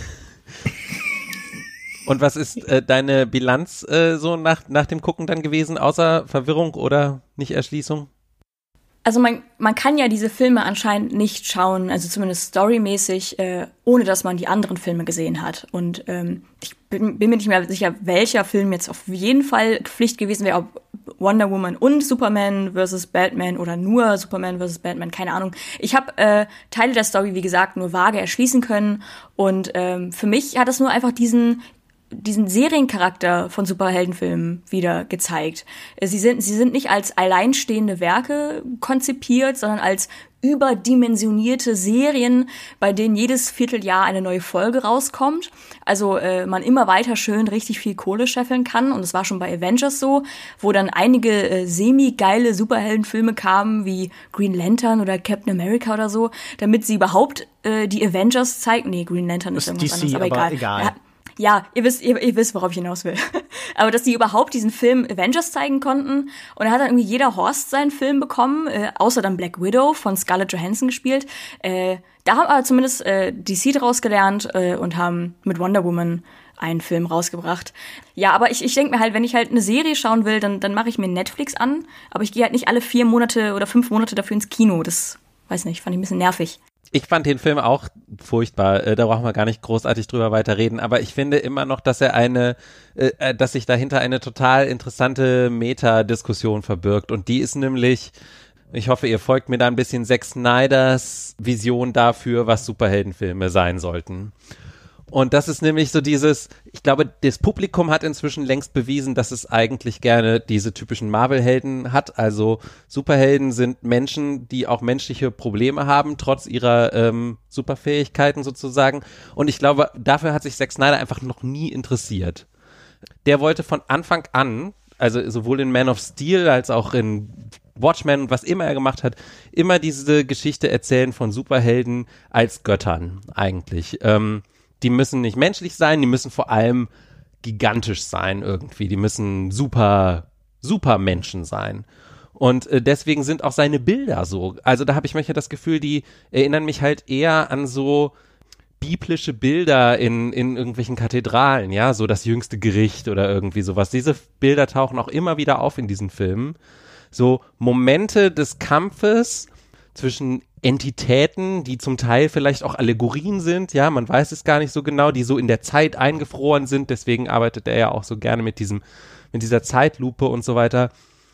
Und was ist äh, deine Bilanz äh, so nach, nach dem Gucken dann gewesen, außer Verwirrung oder Nicht-Erschließung? Also man, man kann ja diese Filme anscheinend nicht schauen, also zumindest storymäßig, äh, ohne dass man die anderen Filme gesehen hat. Und ähm, ich bin, bin mir nicht mehr sicher, welcher Film jetzt auf jeden Fall Pflicht gewesen wäre, ob Wonder Woman und Superman versus Batman oder nur Superman versus Batman, keine Ahnung. Ich habe äh, Teile der Story, wie gesagt, nur vage erschließen können. Und ähm, für mich hat es nur einfach diesen diesen Seriencharakter von Superheldenfilmen wieder gezeigt. Sie sind, sie sind nicht als alleinstehende Werke konzipiert, sondern als überdimensionierte Serien, bei denen jedes Vierteljahr eine neue Folge rauskommt. Also äh, man immer weiter schön richtig viel Kohle scheffeln kann. Und es war schon bei Avengers so, wo dann einige äh, semi-geile Superheldenfilme kamen, wie Green Lantern oder Captain America oder so, damit sie überhaupt äh, die Avengers zeigen. Nee, Green Lantern ist irgendwas D C, anderes, aber, aber egal. egal. Ja, Ja, ihr wisst, ihr, ihr wisst, worauf ich hinaus will. Aber dass die überhaupt diesen Film Avengers zeigen konnten. Und da hat dann irgendwie jeder Horst seinen Film bekommen, äh, außer dann Black Widow von Scarlett Johansson gespielt. Äh, da haben aber zumindest äh, D C draus gelernt äh, und haben mit Wonder Woman einen Film rausgebracht. Ja, aber ich, ich denke mir halt, wenn ich halt eine Serie schauen will, dann, dann mache ich mir Netflix an. Aber ich gehe halt nicht alle vier Monate oder fünf Monate dafür ins Kino. Das, weiß nicht, fand ich ein bisschen nervig. Ich fand den Film auch furchtbar, äh, da brauchen wir gar nicht großartig drüber weiter reden, aber ich finde immer noch, dass er eine, äh, dass sich dahinter eine total interessante Meta-Diskussion verbirgt und die ist nämlich, ich hoffe, ihr folgt mir da ein bisschen, Zack Snyders Vision dafür, was Superheldenfilme sein sollten. Und das ist nämlich so dieses, ich glaube, das Publikum hat inzwischen längst bewiesen, dass es eigentlich gerne diese typischen Marvel-Helden hat. Also Superhelden sind Menschen, die auch menschliche Probleme haben, trotz ihrer ähm, Superfähigkeiten sozusagen. Und ich glaube, dafür hat sich Zack Snyder einfach noch nie interessiert. Der wollte von Anfang an, also sowohl in Man of Steel als auch in Watchmen und was immer er gemacht hat, immer diese Geschichte erzählen von Superhelden als Göttern eigentlich. Ähm, Die müssen nicht menschlich sein, die müssen vor allem gigantisch sein irgendwie. Die müssen super, super Menschen sein. Und äh, deswegen sind auch seine Bilder so. Also da habe ich manchmal das Gefühl, die erinnern mich halt eher an so biblische Bilder in, in irgendwelchen Kathedralen, ja, so das jüngste Gericht oder irgendwie sowas. Diese Bilder tauchen auch immer wieder auf in diesen Filmen. So Momente des Kampfes zwischen Entitäten, die zum Teil vielleicht auch Allegorien sind, ja, man weiß es gar nicht so genau, die so in der Zeit eingefroren sind, deswegen arbeitet er ja auch so gerne mit diesem, mit dieser Zeitlupe und so weiter.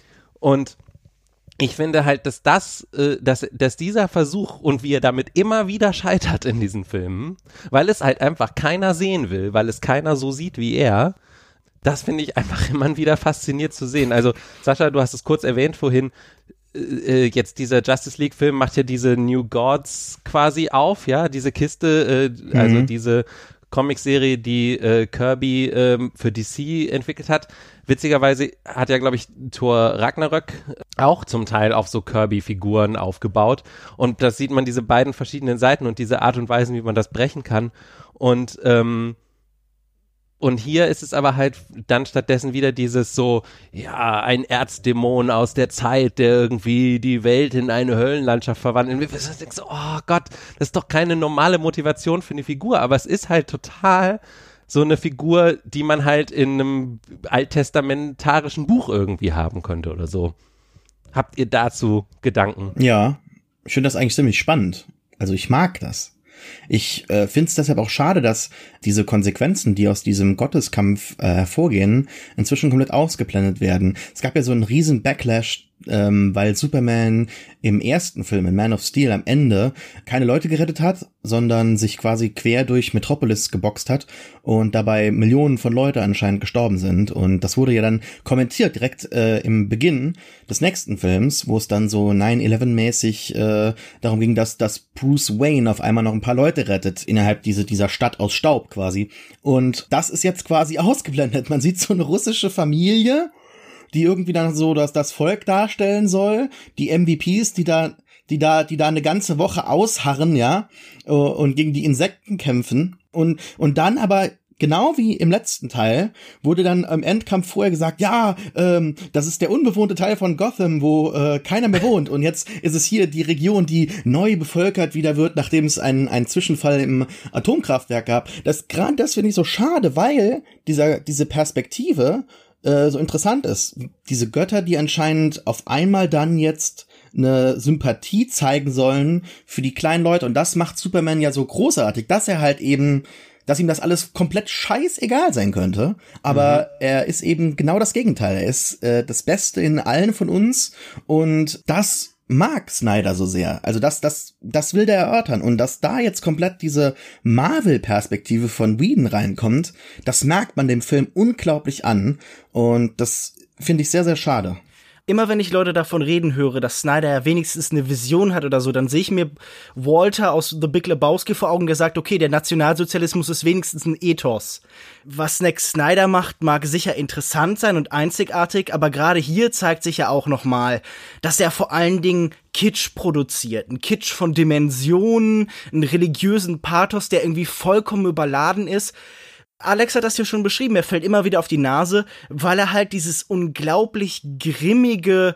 Und ich finde halt, dass das, äh, dass, dass dieser Versuch und wie er damit immer wieder scheitert in diesen Filmen, weil es halt einfach keiner sehen will, weil es keiner so sieht wie er, das finde ich einfach immer wieder fasziniert zu sehen. Also Sascha, du hast es kurz erwähnt vorhin, äh, jetzt dieser Justice League Film macht ja diese New Gods quasi auf, ja, diese Kiste, äh, mhm. also diese Comicserie, die äh, Kirby ähm, für D C entwickelt hat. Witzigerweise hat ja, glaube ich, Thor Ragnarök auch zum Teil auf so Kirby-Figuren aufgebaut. Und da sieht man diese beiden verschiedenen Seiten und diese Art und Weise, wie man das brechen kann. Und ähm, Und hier ist es aber halt dann stattdessen wieder dieses so, ja, ein Erzdämon aus der Zeit, der irgendwie die Welt in eine Höllenlandschaft verwandelt. Und wir denken so, oh Gott, das ist doch keine normale Motivation für eine Figur, aber es ist halt total so eine Figur, die man halt in einem alttestamentarischen Buch irgendwie haben könnte oder so. Habt ihr dazu Gedanken? Ja, ich finde das eigentlich ziemlich spannend. Also ich mag das. Ich äh, finde es deshalb auch schade, dass diese Konsequenzen, die aus diesem Gotteskampf äh, hervorgehen, inzwischen komplett ausgeblendet werden. Es gab ja so einen riesen Backlash, ähm, weil Superman im ersten Film, in Man of Steel, am Ende keine Leute gerettet hat, sondern sich quasi quer durch Metropolis geboxt hat und dabei Millionen von Leuten anscheinend gestorben sind. Und das wurde ja dann kommentiert direkt äh, im Beginn des nächsten Films, wo es dann so nine eleven mäßig äh, darum ging, dass, dass Bruce Wayne auf einmal noch ein paar Leute rettet innerhalb diese, dieser Stadt aus Staub quasi. Und das ist jetzt quasi ausgeblendet. Man sieht so eine russische Familie, die irgendwie dann so das, das Volk darstellen soll, die M V Ps, die da, die da, die da eine ganze Woche ausharren, ja, und gegen die Insekten kämpfen. Und, und dann aber, genau wie im letzten Teil, wurde dann im Endkampf vorher gesagt, ja, ähm, das ist der unbewohnte Teil von Gotham, wo äh, keiner mehr wohnt. Und jetzt ist es hier die Region, die neu bevölkert wieder wird, nachdem es einen, einen Zwischenfall im Atomkraftwerk gab. Das, gerade das finde ich so schade, weil dieser, diese Perspektive äh, so interessant ist. Diese Götter, die anscheinend auf einmal dann jetzt eine Sympathie zeigen sollen für die kleinen Leute. Und das macht Superman ja so großartig, dass er halt eben, dass ihm das alles komplett scheißegal sein könnte. Aber mhm. er ist eben genau das Gegenteil. Er ist äh, das Beste in allen von uns. Und das mag Snyder so sehr. Also das, das, das will der erörtern. Und dass da jetzt komplett diese Marvel-Perspektive von Whedon reinkommt, das merkt man dem Film unglaublich an. Und das finde ich sehr, sehr schade. Immer wenn ich Leute davon reden höre, dass Snyder ja wenigstens eine Vision hat oder so, dann sehe ich mir Walter aus The Big Lebowski vor Augen, der sagt, okay, der Nationalsozialismus ist wenigstens ein Ethos. Was Zack Snyder macht, mag sicher interessant sein und einzigartig, aber gerade hier zeigt sich ja auch noch mal, dass er vor allen Dingen Kitsch produziert. Ein Kitsch von Dimensionen, einen religiösen Pathos, der irgendwie vollkommen überladen ist. Alex hat das ja schon beschrieben, er fällt immer wieder auf die Nase, weil er halt dieses unglaublich grimmige,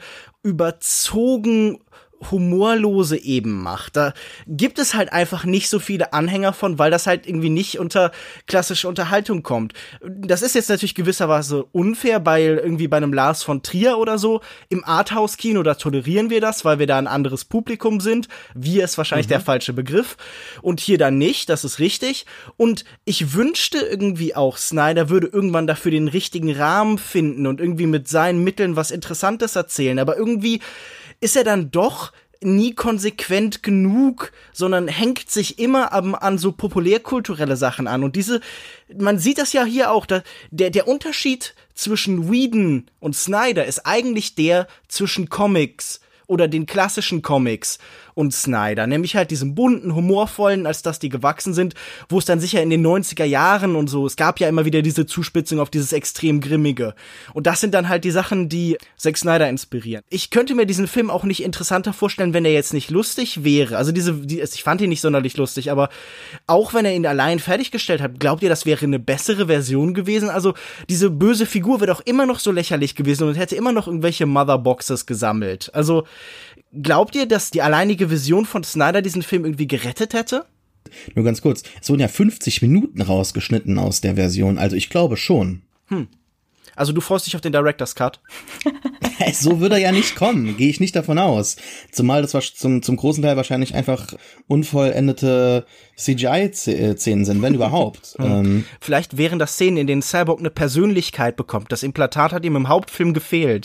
überzogen humorlose eben macht. Da gibt es halt einfach nicht so viele Anhänger von, weil das halt irgendwie nicht unter klassische Unterhaltung kommt. Das ist jetzt natürlich gewisserweise unfair bei irgendwie bei einem Lars von Trier oder so. Im Arthouse-Kino, da tolerieren wir das, weil wir da ein anderes Publikum sind. Wir ist wahrscheinlich mhm. der falsche Begriff. Und hier dann nicht, das ist richtig. Und ich wünschte irgendwie auch, Snyder würde irgendwann dafür den richtigen Rahmen finden und irgendwie mit seinen Mitteln was Interessantes erzählen. Aber irgendwie ist er dann doch nie konsequent genug, sondern hängt sich immer an, an so populärkulturelle Sachen an. Und diese, man sieht das ja hier auch, da, der, der Unterschied zwischen Whedon und Snyder ist eigentlich der zwischen Comics oder den klassischen Comics und Snyder, nämlich halt diesen bunten, humorvollen, als dass die gewachsen sind, wo es dann sicher in den neunziger Jahren und so, es gab ja immer wieder diese Zuspitzung auf dieses extrem Grimmige. Und das sind dann halt die Sachen, die Zack Snyder inspirieren. Ich könnte mir diesen Film auch nicht interessanter vorstellen, wenn er jetzt nicht lustig wäre. Also diese, die, ich fand ihn nicht sonderlich lustig, aber auch wenn er ihn allein fertiggestellt hat, glaubt ihr, das wäre eine bessere Version gewesen? Also diese böse Figur wäre doch immer noch so lächerlich gewesen und hätte immer noch irgendwelche Motherboxes gesammelt. Also glaubt ihr, dass die alleinige Vision von Snyder diesen Film irgendwie gerettet hätte? Nur ganz kurz, es wurden ja fünfzig Minuten rausgeschnitten aus der Version, also ich glaube schon. Hm. Also du freust dich auf den Director's Cut? So würde er ja nicht kommen, gehe ich nicht davon aus. Zumal das zum, zum großen Teil wahrscheinlich einfach unvollendete C G I-Szenen sind, wenn überhaupt. Hm. Ähm. Vielleicht wären das Szenen, in denen Cyborg eine Persönlichkeit bekommt. Das Implantat hat ihm im Hauptfilm gefehlt.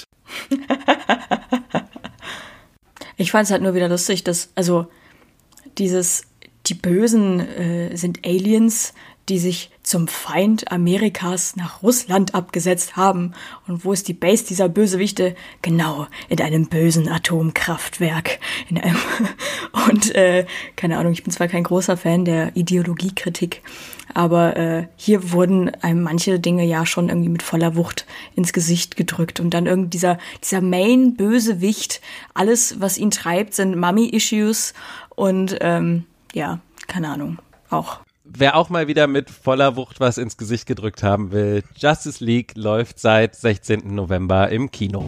Ich fand es halt nur wieder lustig, dass, also, dieses, die Bösen äh, sind Aliens, die sich zum Feind Amerikas nach Russland abgesetzt haben. Und wo ist die Base dieser Bösewichte? Genau, in einem bösen Atomkraftwerk. In einem und äh, keine Ahnung, ich bin zwar kein großer Fan der Ideologiekritik, aber äh, hier wurden einem manche Dinge ja schon irgendwie mit voller Wucht ins Gesicht gedrückt. Und dann irgendwie dieser, dieser Main-Bösewicht, alles, was ihn treibt, sind Mummy-Issues und ähm, ja, keine Ahnung, auch. Wer auch mal wieder mit voller Wucht was ins Gesicht gedrückt haben will, Justice League läuft seit sechzehnten November im Kino.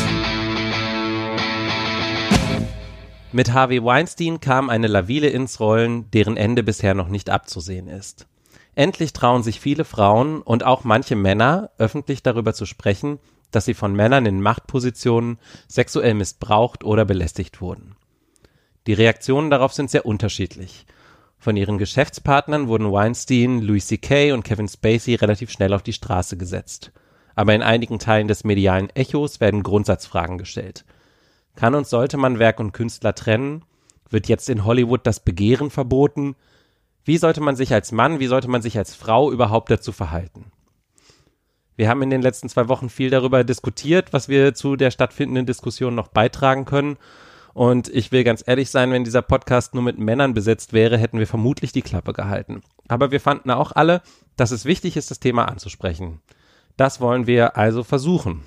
Mit Harvey Weinstein kam eine Lawine ins Rollen, deren Ende bisher noch nicht abzusehen ist. Endlich trauen sich viele Frauen und auch manche Männer, öffentlich darüber zu sprechen, dass sie von Männern in Machtpositionen sexuell missbraucht oder belästigt wurden. Die Reaktionen darauf sind sehr unterschiedlich. Von ihren Geschäftspartnern wurden Weinstein, Louis C K und Kevin Spacey relativ schnell auf die Straße gesetzt. Aber in einigen Teilen des medialen Echos werden Grundsatzfragen gestellt. Kann und sollte man Werk und Künstler trennen? Wird jetzt in Hollywood das Begehren verboten? Wie sollte man sich als Mann, wie sollte man sich als Frau überhaupt dazu verhalten? Wir haben in den letzten zwei Wochen viel darüber diskutiert, was wir zu der stattfindenden Diskussion noch beitragen können. Und ich will ganz ehrlich sein, wenn dieser Podcast nur mit Männern besetzt wäre, hätten wir vermutlich die Klappe gehalten. Aber wir fanden auch alle, dass es wichtig ist, das Thema anzusprechen. Das wollen wir also versuchen.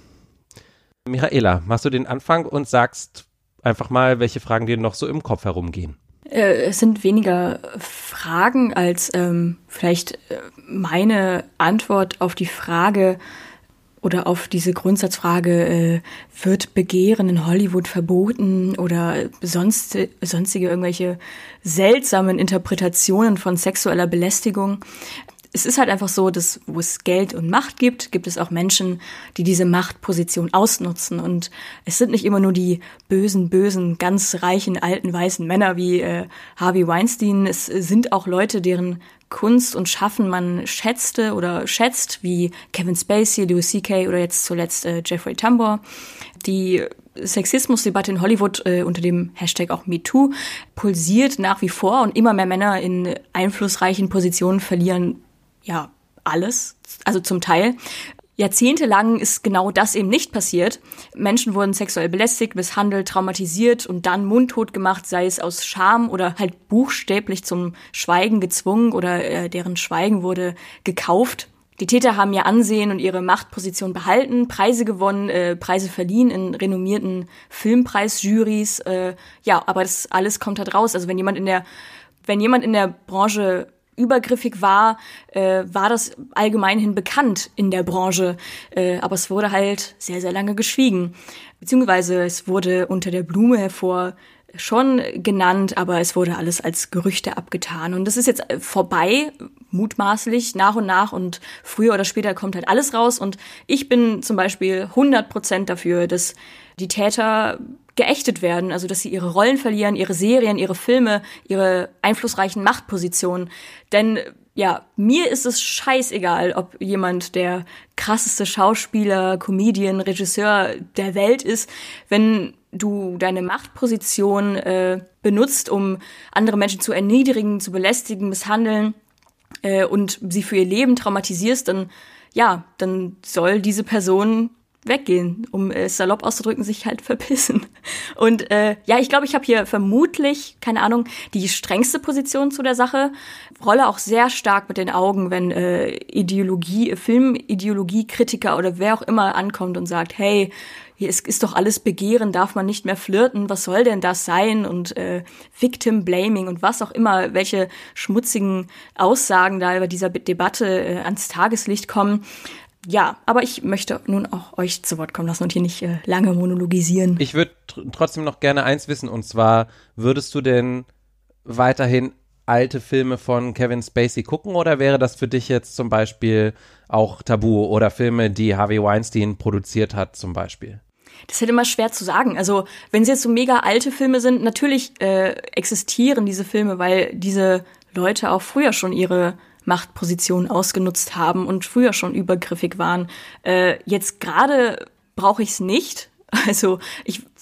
Michaela, machst du den Anfang und sagst einfach mal, welche Fragen dir noch so im Kopf herumgehen? Äh, es sind weniger Fragen als ähm, vielleicht äh, meine Antwort auf die Frage, oder auf diese Grundsatzfrage, äh, wird Begehren in Hollywood verboten oder sonst, sonstige irgendwelche seltsamen Interpretationen von sexueller Belästigung. Es ist halt einfach so, dass wo es Geld und Macht gibt, gibt es auch Menschen, die diese Machtposition ausnutzen. Und es sind nicht immer nur die bösen, bösen, ganz reichen, alten, weißen Männer wie äh, Harvey Weinstein. Es sind auch Leute, deren Kunst und Schaffen man schätzte oder schätzt, wie Kevin Spacey, Louis C K oder jetzt zuletzt äh, Jeffrey Tambor. Die Sexismusdebatte in Hollywood äh, unter dem Hashtag auch MeToo pulsiert nach wie vor und immer mehr Männer in einflussreichen Positionen verlieren ja alles, also zum Teil. Jahrzehntelang ist genau das eben nicht passiert. Menschen wurden sexuell belästigt, misshandelt, traumatisiert und dann mundtot gemacht, sei es aus Scham oder halt buchstäblich zum Schweigen gezwungen oder äh, deren Schweigen wurde gekauft. Die Täter haben ihr Ansehen und ihre Machtposition behalten, Preise gewonnen, äh, Preise verliehen in renommierten Filmpreisjurys. Äh, ja, aber das alles kommt halt raus. Also wenn jemand in der, wenn jemand in der Branche übergriffig war, äh, war das allgemeinhin bekannt in der Branche. Äh, aber es wurde halt sehr, sehr lange geschwiegen. Beziehungsweise es wurde unter der Blume hervor schon genannt, aber es wurde alles als Gerüchte abgetan. Und das ist jetzt vorbei, mutmaßlich, nach und nach. Und früher oder später kommt halt alles raus. Und ich bin zum Beispiel hundert Prozent dafür, dass die Täter geächtet werden, also dass sie ihre Rollen verlieren, ihre Serien, ihre Filme, ihre einflussreichen Machtpositionen. Denn ja, mir ist es scheißegal, ob jemand der krasseste Schauspieler, Comedian, Regisseur der Welt ist, wenn du deine Machtposition äh, benutzt, um andere Menschen zu erniedrigen, zu belästigen, misshandeln äh, und sie für ihr Leben traumatisierst, dann ja, dann soll diese Person weggehen, um es salopp auszudrücken, sich halt verpissen. Und äh, ja, ich glaube, ich habe hier vermutlich, keine Ahnung, die strengste Position zu der Sache. Rolle auch sehr stark mit den Augen, wenn äh, Ideologie, Filmideologie-Kritiker oder wer auch immer ankommt und sagt, hey, hier ist, ist doch alles Begehren, darf man nicht mehr flirten, was soll denn das sein? Und äh, Victim Blaming und was auch immer, welche schmutzigen Aussagen da über dieser Debatte äh, ans Tageslicht kommen. Ja, aber ich möchte nun auch euch zu Wort kommen lassen und hier nicht äh, lange monologisieren. Ich würde tr- trotzdem noch gerne eins wissen, und zwar, würdest du denn weiterhin alte Filme von Kevin Spacey gucken, oder wäre das für dich jetzt zum Beispiel auch tabu, oder Filme, die Harvey Weinstein produziert hat zum Beispiel? Das ist halt immer schwer zu sagen. Also wenn es jetzt so mega alte Filme sind, natürlich äh, existieren diese Filme, weil diese Leute auch früher schon ihre Machtpositionen ausgenutzt haben und früher schon übergriffig waren. Äh, jetzt gerade brauche ich es nicht. Also ich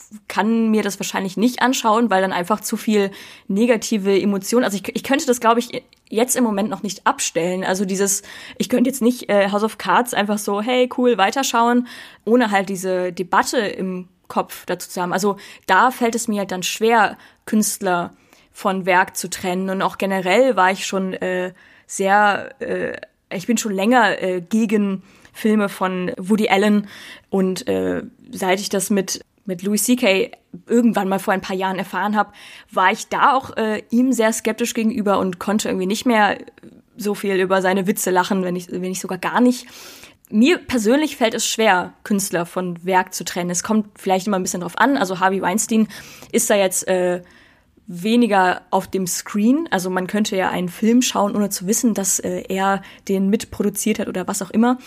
kann mir das wahrscheinlich nicht anschauen, weil dann einfach zu viel negative Emotionen, also ich, ich könnte das, glaube ich, jetzt im Moment noch nicht abstellen. Also dieses, ich könnte jetzt nicht äh, House of Cards einfach so, hey, cool, weiterschauen, ohne halt diese Debatte im Kopf dazu zu haben. Also da fällt es mir halt dann schwer, Künstler von Werk zu trennen. Und auch generell war ich schon äh, sehr, äh, ich bin schon länger äh, gegen Filme von Woody Allen. Und äh, seit ich das mit mit Louis C K irgendwann mal vor ein paar Jahren erfahren habe, war ich da auch äh, ihm sehr skeptisch gegenüber und konnte irgendwie nicht mehr so viel über seine Witze lachen, wenn ich, wenn nicht sogar gar nicht. Mir persönlich fällt es schwer, Künstler von Werk zu trennen. Es kommt vielleicht immer ein bisschen drauf an. Also Harvey Weinstein ist da jetzt äh, weniger auf dem Screen. Also man könnte ja einen Film schauen, ohne zu wissen, dass äh, er den mitproduziert hat oder was auch immer.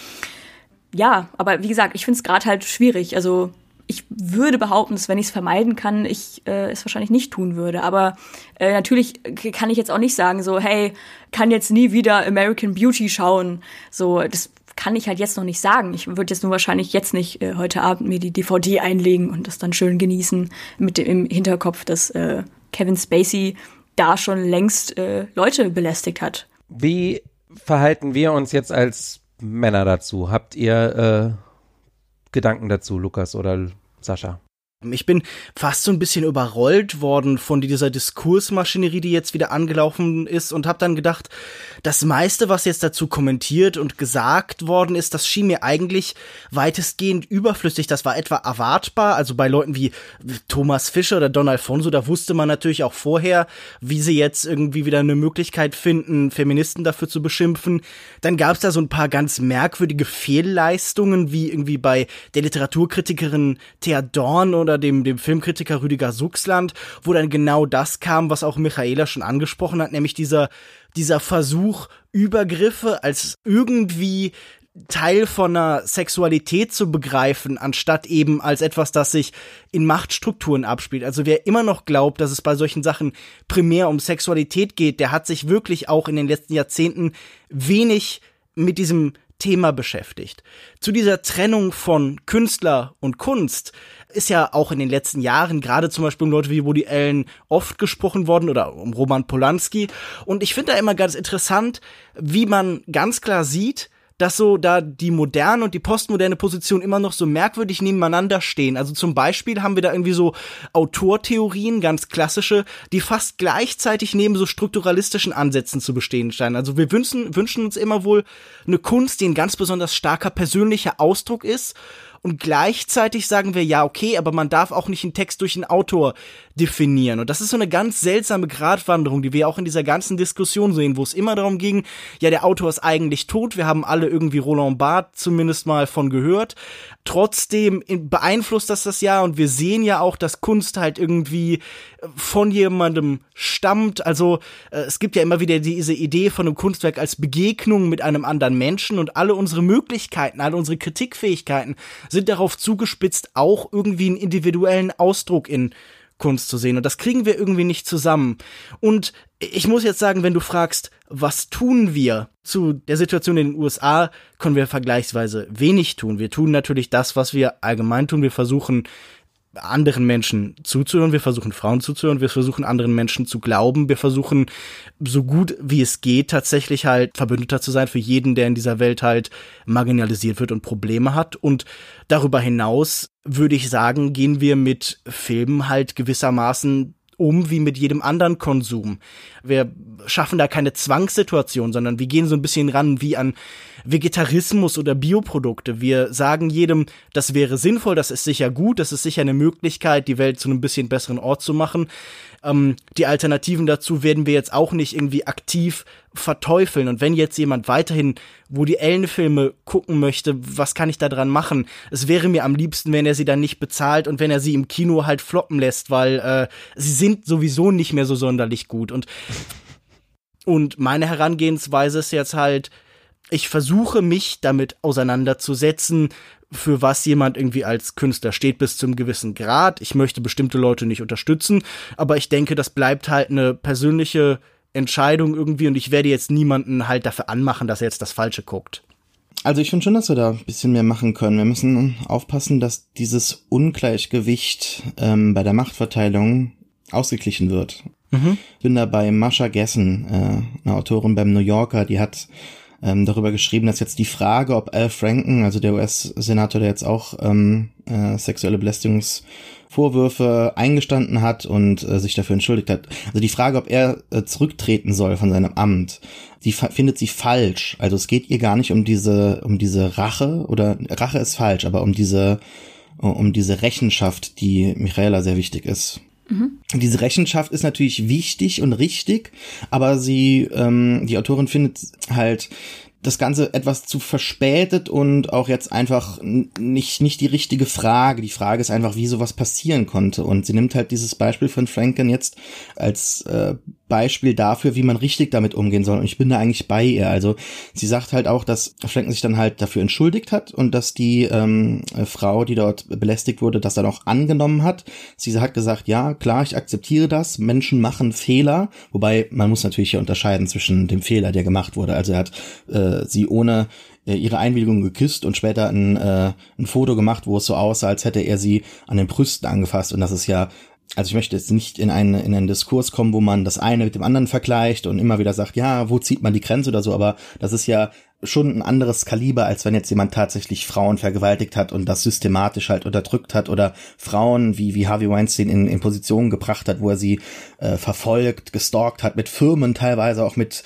Ja, aber wie gesagt, ich finde es gerade halt schwierig. Also ich würde behaupten, dass wenn ich es vermeiden kann, ich äh, es wahrscheinlich nicht tun würde. Aber äh, natürlich kann ich jetzt auch nicht sagen, so, hey, kann jetzt nie wieder American Beauty schauen. So, das kann ich halt jetzt noch nicht sagen. Ich würde jetzt nur wahrscheinlich jetzt nicht äh, heute Abend mir die D V D einlegen und das dann schön genießen mit dem im Hinterkopf, dass äh, Kevin Spacey da schon längst äh, Leute belästigt hat. Wie verhalten wir uns jetzt als Männer dazu? Habt ihr äh, Gedanken dazu, Lukas oder Sascha? Ich bin fast so ein bisschen überrollt worden von dieser Diskursmaschinerie, die jetzt wieder angelaufen ist, und habe dann gedacht, das meiste, was jetzt dazu kommentiert und gesagt worden ist, das schien mir eigentlich weitestgehend überflüssig. Das war etwa erwartbar. Also bei Leuten wie Thomas Fischer oder Don Alfonso, da wusste man natürlich auch vorher, wie sie jetzt irgendwie wieder eine Möglichkeit finden, Feministen dafür zu beschimpfen. Dann gab es da so ein paar ganz merkwürdige Fehlleistungen, wie irgendwie bei der Literaturkritikerin Thea Dorn oder dem, dem Filmkritiker Rüdiger Suchsland, wo dann genau das kam, was auch Michaela schon angesprochen hat, nämlich dieser, dieser Versuch, Übergriffe als irgendwie Teil von einer Sexualität zu begreifen, anstatt eben als etwas, das sich in Machtstrukturen abspielt. Also wer immer noch glaubt, dass es bei solchen Sachen primär um Sexualität geht, der hat sich wirklich auch in den letzten Jahrzehnten wenig mit diesem Thema beschäftigt. Zu dieser Trennung von Künstler und Kunst ist ja auch in den letzten Jahren gerade zum Beispiel um Leute wie Woody Allen oft gesprochen worden oder um Roman Polanski. Und ich finde da immer ganz interessant, wie man ganz klar sieht, dass so da die moderne und die postmoderne Position immer noch so merkwürdig nebeneinander stehen. Also zum Beispiel haben wir da irgendwie so Autortheorien, ganz klassische, die fast gleichzeitig neben so strukturalistischen Ansätzen zu bestehen scheinen. Also wir wünschen, wünschen uns immer wohl eine Kunst, die ein ganz besonders starker persönlicher Ausdruck ist. Und gleichzeitig sagen wir, ja, okay, aber man darf auch nicht einen Text durch einen Autor definieren. Und das ist so eine ganz seltsame Gratwanderung, die wir auch in dieser ganzen Diskussion sehen, wo es immer darum ging, ja, der Autor ist eigentlich tot, wir haben alle irgendwie Roland Barthes zumindest mal von gehört. Trotzdem beeinflusst das das ja, und wir sehen ja auch, dass Kunst halt irgendwie von jemandem stammt. Also äh, es gibt ja immer wieder diese Idee von einem Kunstwerk als Begegnung mit einem anderen Menschen, und alle unsere Möglichkeiten, alle unsere Kritikfähigkeiten sind darauf zugespitzt, auch irgendwie einen individuellen Ausdruck in Kunst zu sehen. Und das kriegen wir irgendwie nicht zusammen. Und ich muss jetzt sagen, wenn du fragst, was tun wir zu der Situation in den U S A, können wir vergleichsweise wenig tun. Wir tun natürlich das, was wir allgemein tun. Wir versuchen, anderen Menschen zuzuhören, wir versuchen, Frauen zuzuhören, wir versuchen, anderen Menschen zu glauben, wir versuchen, so gut wie es geht, tatsächlich halt Verbündeter zu sein für jeden, der in dieser Welt halt marginalisiert wird und Probleme hat. Und darüber hinaus, würde ich sagen, gehen wir mit Filmen halt gewissermaßen um wie mit jedem anderen Konsum. Wir schaffen da keine Zwangssituation, sondern wir gehen so ein bisschen ran wie an Vegetarismus oder Bioprodukte. Wir sagen jedem, das wäre sinnvoll, das ist sicher gut, das ist sicher eine Möglichkeit, die Welt zu einem bisschen besseren Ort zu machen. Ähm, die Alternativen dazu werden wir jetzt auch nicht irgendwie aktiv verteufeln. Und wenn jetzt jemand weiterhin Woody Allen-Filme gucken möchte, was kann ich da dran machen? Es wäre mir am liebsten, wenn er sie dann nicht bezahlt und wenn er sie im Kino halt floppen lässt, weil äh, sie sind sowieso nicht mehr so sonderlich gut. Und, und meine Herangehensweise ist jetzt halt, ich versuche mich damit auseinanderzusetzen, für was jemand irgendwie als Künstler steht, bis zum gewissen Grad. Ich möchte bestimmte Leute nicht unterstützen, aber ich denke, das bleibt halt eine persönliche Entscheidung irgendwie, und ich werde jetzt niemanden halt dafür anmachen, dass er jetzt das Falsche guckt. Also ich finde schon, dass wir da ein bisschen mehr machen können. Wir müssen aufpassen, dass dieses Ungleichgewicht ähm, bei der Machtverteilung ausgeglichen wird. Mhm. Ich bin da bei Masha Gessen, äh, eine Autorin beim New Yorker, die hat ähm, darüber geschrieben, dass jetzt die Frage, ob Al Franken, also der U S-Senator, der jetzt auch ähm, äh, sexuelle Belästigungsvorwürfe eingestanden hat und äh, sich dafür entschuldigt hat, also die Frage, ob er äh, zurücktreten soll von seinem Amt, die fa- findet sie falsch. Also es geht ihr gar nicht um diese um diese Rache, oder Rache ist falsch, aber um diese um diese Rechenschaft, die Michaela sehr wichtig ist. Mhm. Diese Rechenschaft ist natürlich wichtig und richtig, aber sie, ähm, die Autorin findet halt das Ganze etwas zu verspätet und auch jetzt einfach nicht nicht die richtige Frage. Die Frage ist einfach, wie sowas passieren konnte. Und sie nimmt halt dieses Beispiel von Franken jetzt als äh, Beispiel dafür, wie man richtig damit umgehen soll. Und ich bin da eigentlich bei ihr. Also sie sagt halt auch, dass Franken sich dann halt dafür entschuldigt hat und dass die ähm, Frau, die dort belästigt wurde, das dann auch angenommen hat. Sie hat gesagt, ja, klar, ich akzeptiere das. Menschen machen Fehler. Wobei, man muss natürlich hier unterscheiden zwischen dem Fehler, der gemacht wurde. Also er hat äh, sie ohne äh, ihre Einwilligung geküsst und später ein, äh, ein Foto gemacht, wo es so aussah, als hätte er sie an den Brüsten angefasst. Und das ist ja, also ich möchte jetzt nicht in einen, in einen Diskurs kommen, wo man das eine mit dem anderen vergleicht und immer wieder sagt, ja, wo zieht man die Grenze oder so, aber das ist ja schon ein anderes Kaliber, als wenn jetzt jemand tatsächlich Frauen vergewaltigt hat und das systematisch halt unterdrückt hat oder Frauen wie wie Harvey Weinstein in, in Positionen gebracht hat, wo er sie äh, verfolgt, gestalkt hat, mit Firmen, teilweise auch mit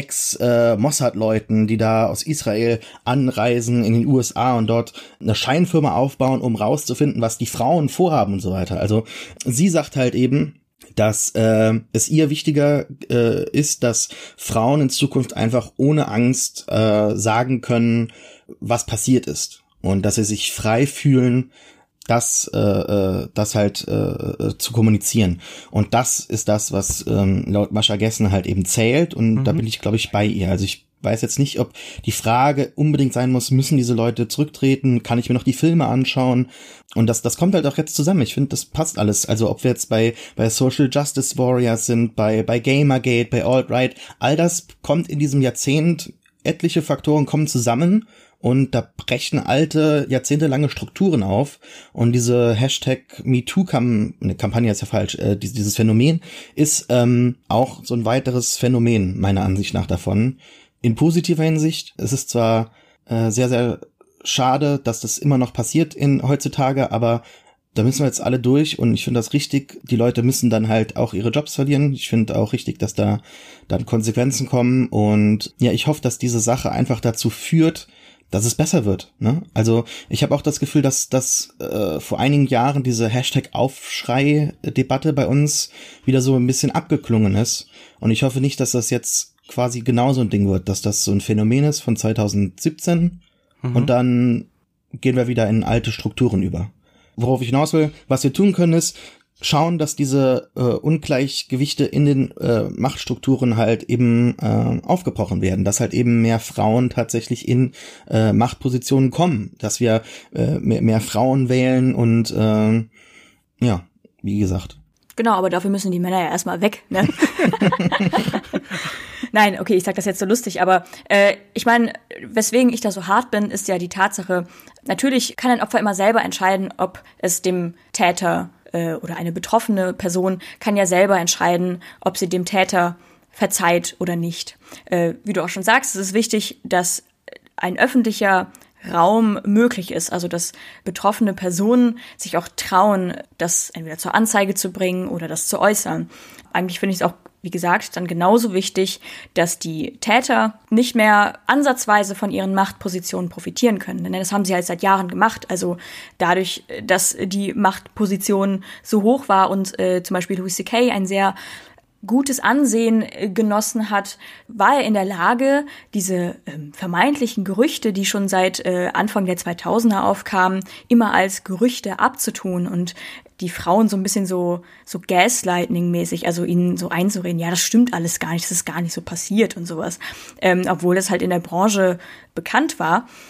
Ex-Mossad-Leuten, äh, die da aus Israel anreisen in den U S A und dort eine Scheinfirma aufbauen, um rauszufinden, was die Frauen vorhaben und so weiter. Also sie sagt halt eben, dass äh, es ihr wichtiger äh, ist, dass Frauen in Zukunft einfach ohne Angst äh, sagen können, was passiert ist. Und dass sie sich frei fühlen, das, äh, das halt äh, zu kommunizieren. Und das ist das, was ähm, laut Masha Gessen halt eben zählt. Und mhm. da bin ich, glaube ich, bei ihr. Also ich weiß jetzt nicht, ob die Frage unbedingt sein muss, müssen diese Leute zurücktreten? Kann ich mir noch die Filme anschauen? Und das, das kommt halt auch jetzt zusammen. Ich finde, das passt alles. Also ob wir jetzt bei, bei Social Justice Warriors sind, bei, bei Gamergate, bei Alt-Right, all das kommt in diesem Jahrzehnt, etliche Faktoren kommen zusammen und da brechen alte, jahrzehntelange Strukturen auf. Und diese Hashtag MeToo-Kampagne ist ja falsch, äh, dieses Phänomen ist ähm, auch so ein weiteres Phänomen, meiner Ansicht nach, davon. In positiver Hinsicht, es ist zwar äh, sehr, sehr schade, dass das immer noch passiert in heutzutage, aber da müssen wir jetzt alle durch und ich finde das richtig. Die Leute müssen dann halt auch ihre Jobs verlieren. Ich finde auch richtig, dass da dann Konsequenzen kommen und ja, ich hoffe, dass diese Sache einfach dazu führt, dass es besser wird. Ne? Also ich habe auch das Gefühl, dass dass äh, vor einigen Jahren diese Hashtag-Aufschrei-Debatte bei uns wieder so ein bisschen abgeklungen ist und ich hoffe nicht, dass das jetzt quasi genauso ein Ding wird, dass das so ein Phänomen ist von zwanzig siebzehn mhm. und dann gehen wir wieder in alte Strukturen über. Worauf ich hinaus will, was wir tun können, ist schauen, dass diese äh, Ungleichgewichte in den äh, Machtstrukturen halt eben äh, aufgebrochen werden, dass halt eben mehr Frauen tatsächlich in äh, Machtpositionen kommen, dass wir äh, mehr, mehr Frauen wählen und äh, ja, wie gesagt. Genau, aber dafür müssen die Männer ja erstmal weg, ne? Nein, okay, ich sag das jetzt so lustig, aber äh, ich meine, weswegen ich da so hart bin, ist ja die Tatsache, natürlich kann ein Opfer immer selber entscheiden, ob es dem Täter äh, oder eine betroffene Person kann ja selber entscheiden, ob sie dem Täter verzeiht oder nicht. Äh, wie du auch schon sagst, es ist wichtig, dass ein öffentlicher Raum möglich ist, also dass betroffene Personen sich auch trauen, das entweder zur Anzeige zu bringen oder das zu äußern. Eigentlich finde ich es auch, wie gesagt, dann genauso wichtig, dass die Täter nicht mehr ansatzweise von ihren Machtpositionen profitieren können. Denn das haben sie halt seit Jahren gemacht. Also dadurch, dass die Machtposition so hoch war und äh, zum Beispiel Louis C K ein sehr gutes Ansehen genossen hat, war er in der Lage, diese ähm, vermeintlichen Gerüchte, die schon seit äh, Anfang der zweitausender aufkamen, immer als Gerüchte abzutun und die Frauen so ein bisschen so so Gaslighting-mäßig, also ihnen so einzureden, ja, das stimmt alles gar nicht, das ist gar nicht so passiert und sowas, ähm, obwohl das halt in der Branche bekannt war.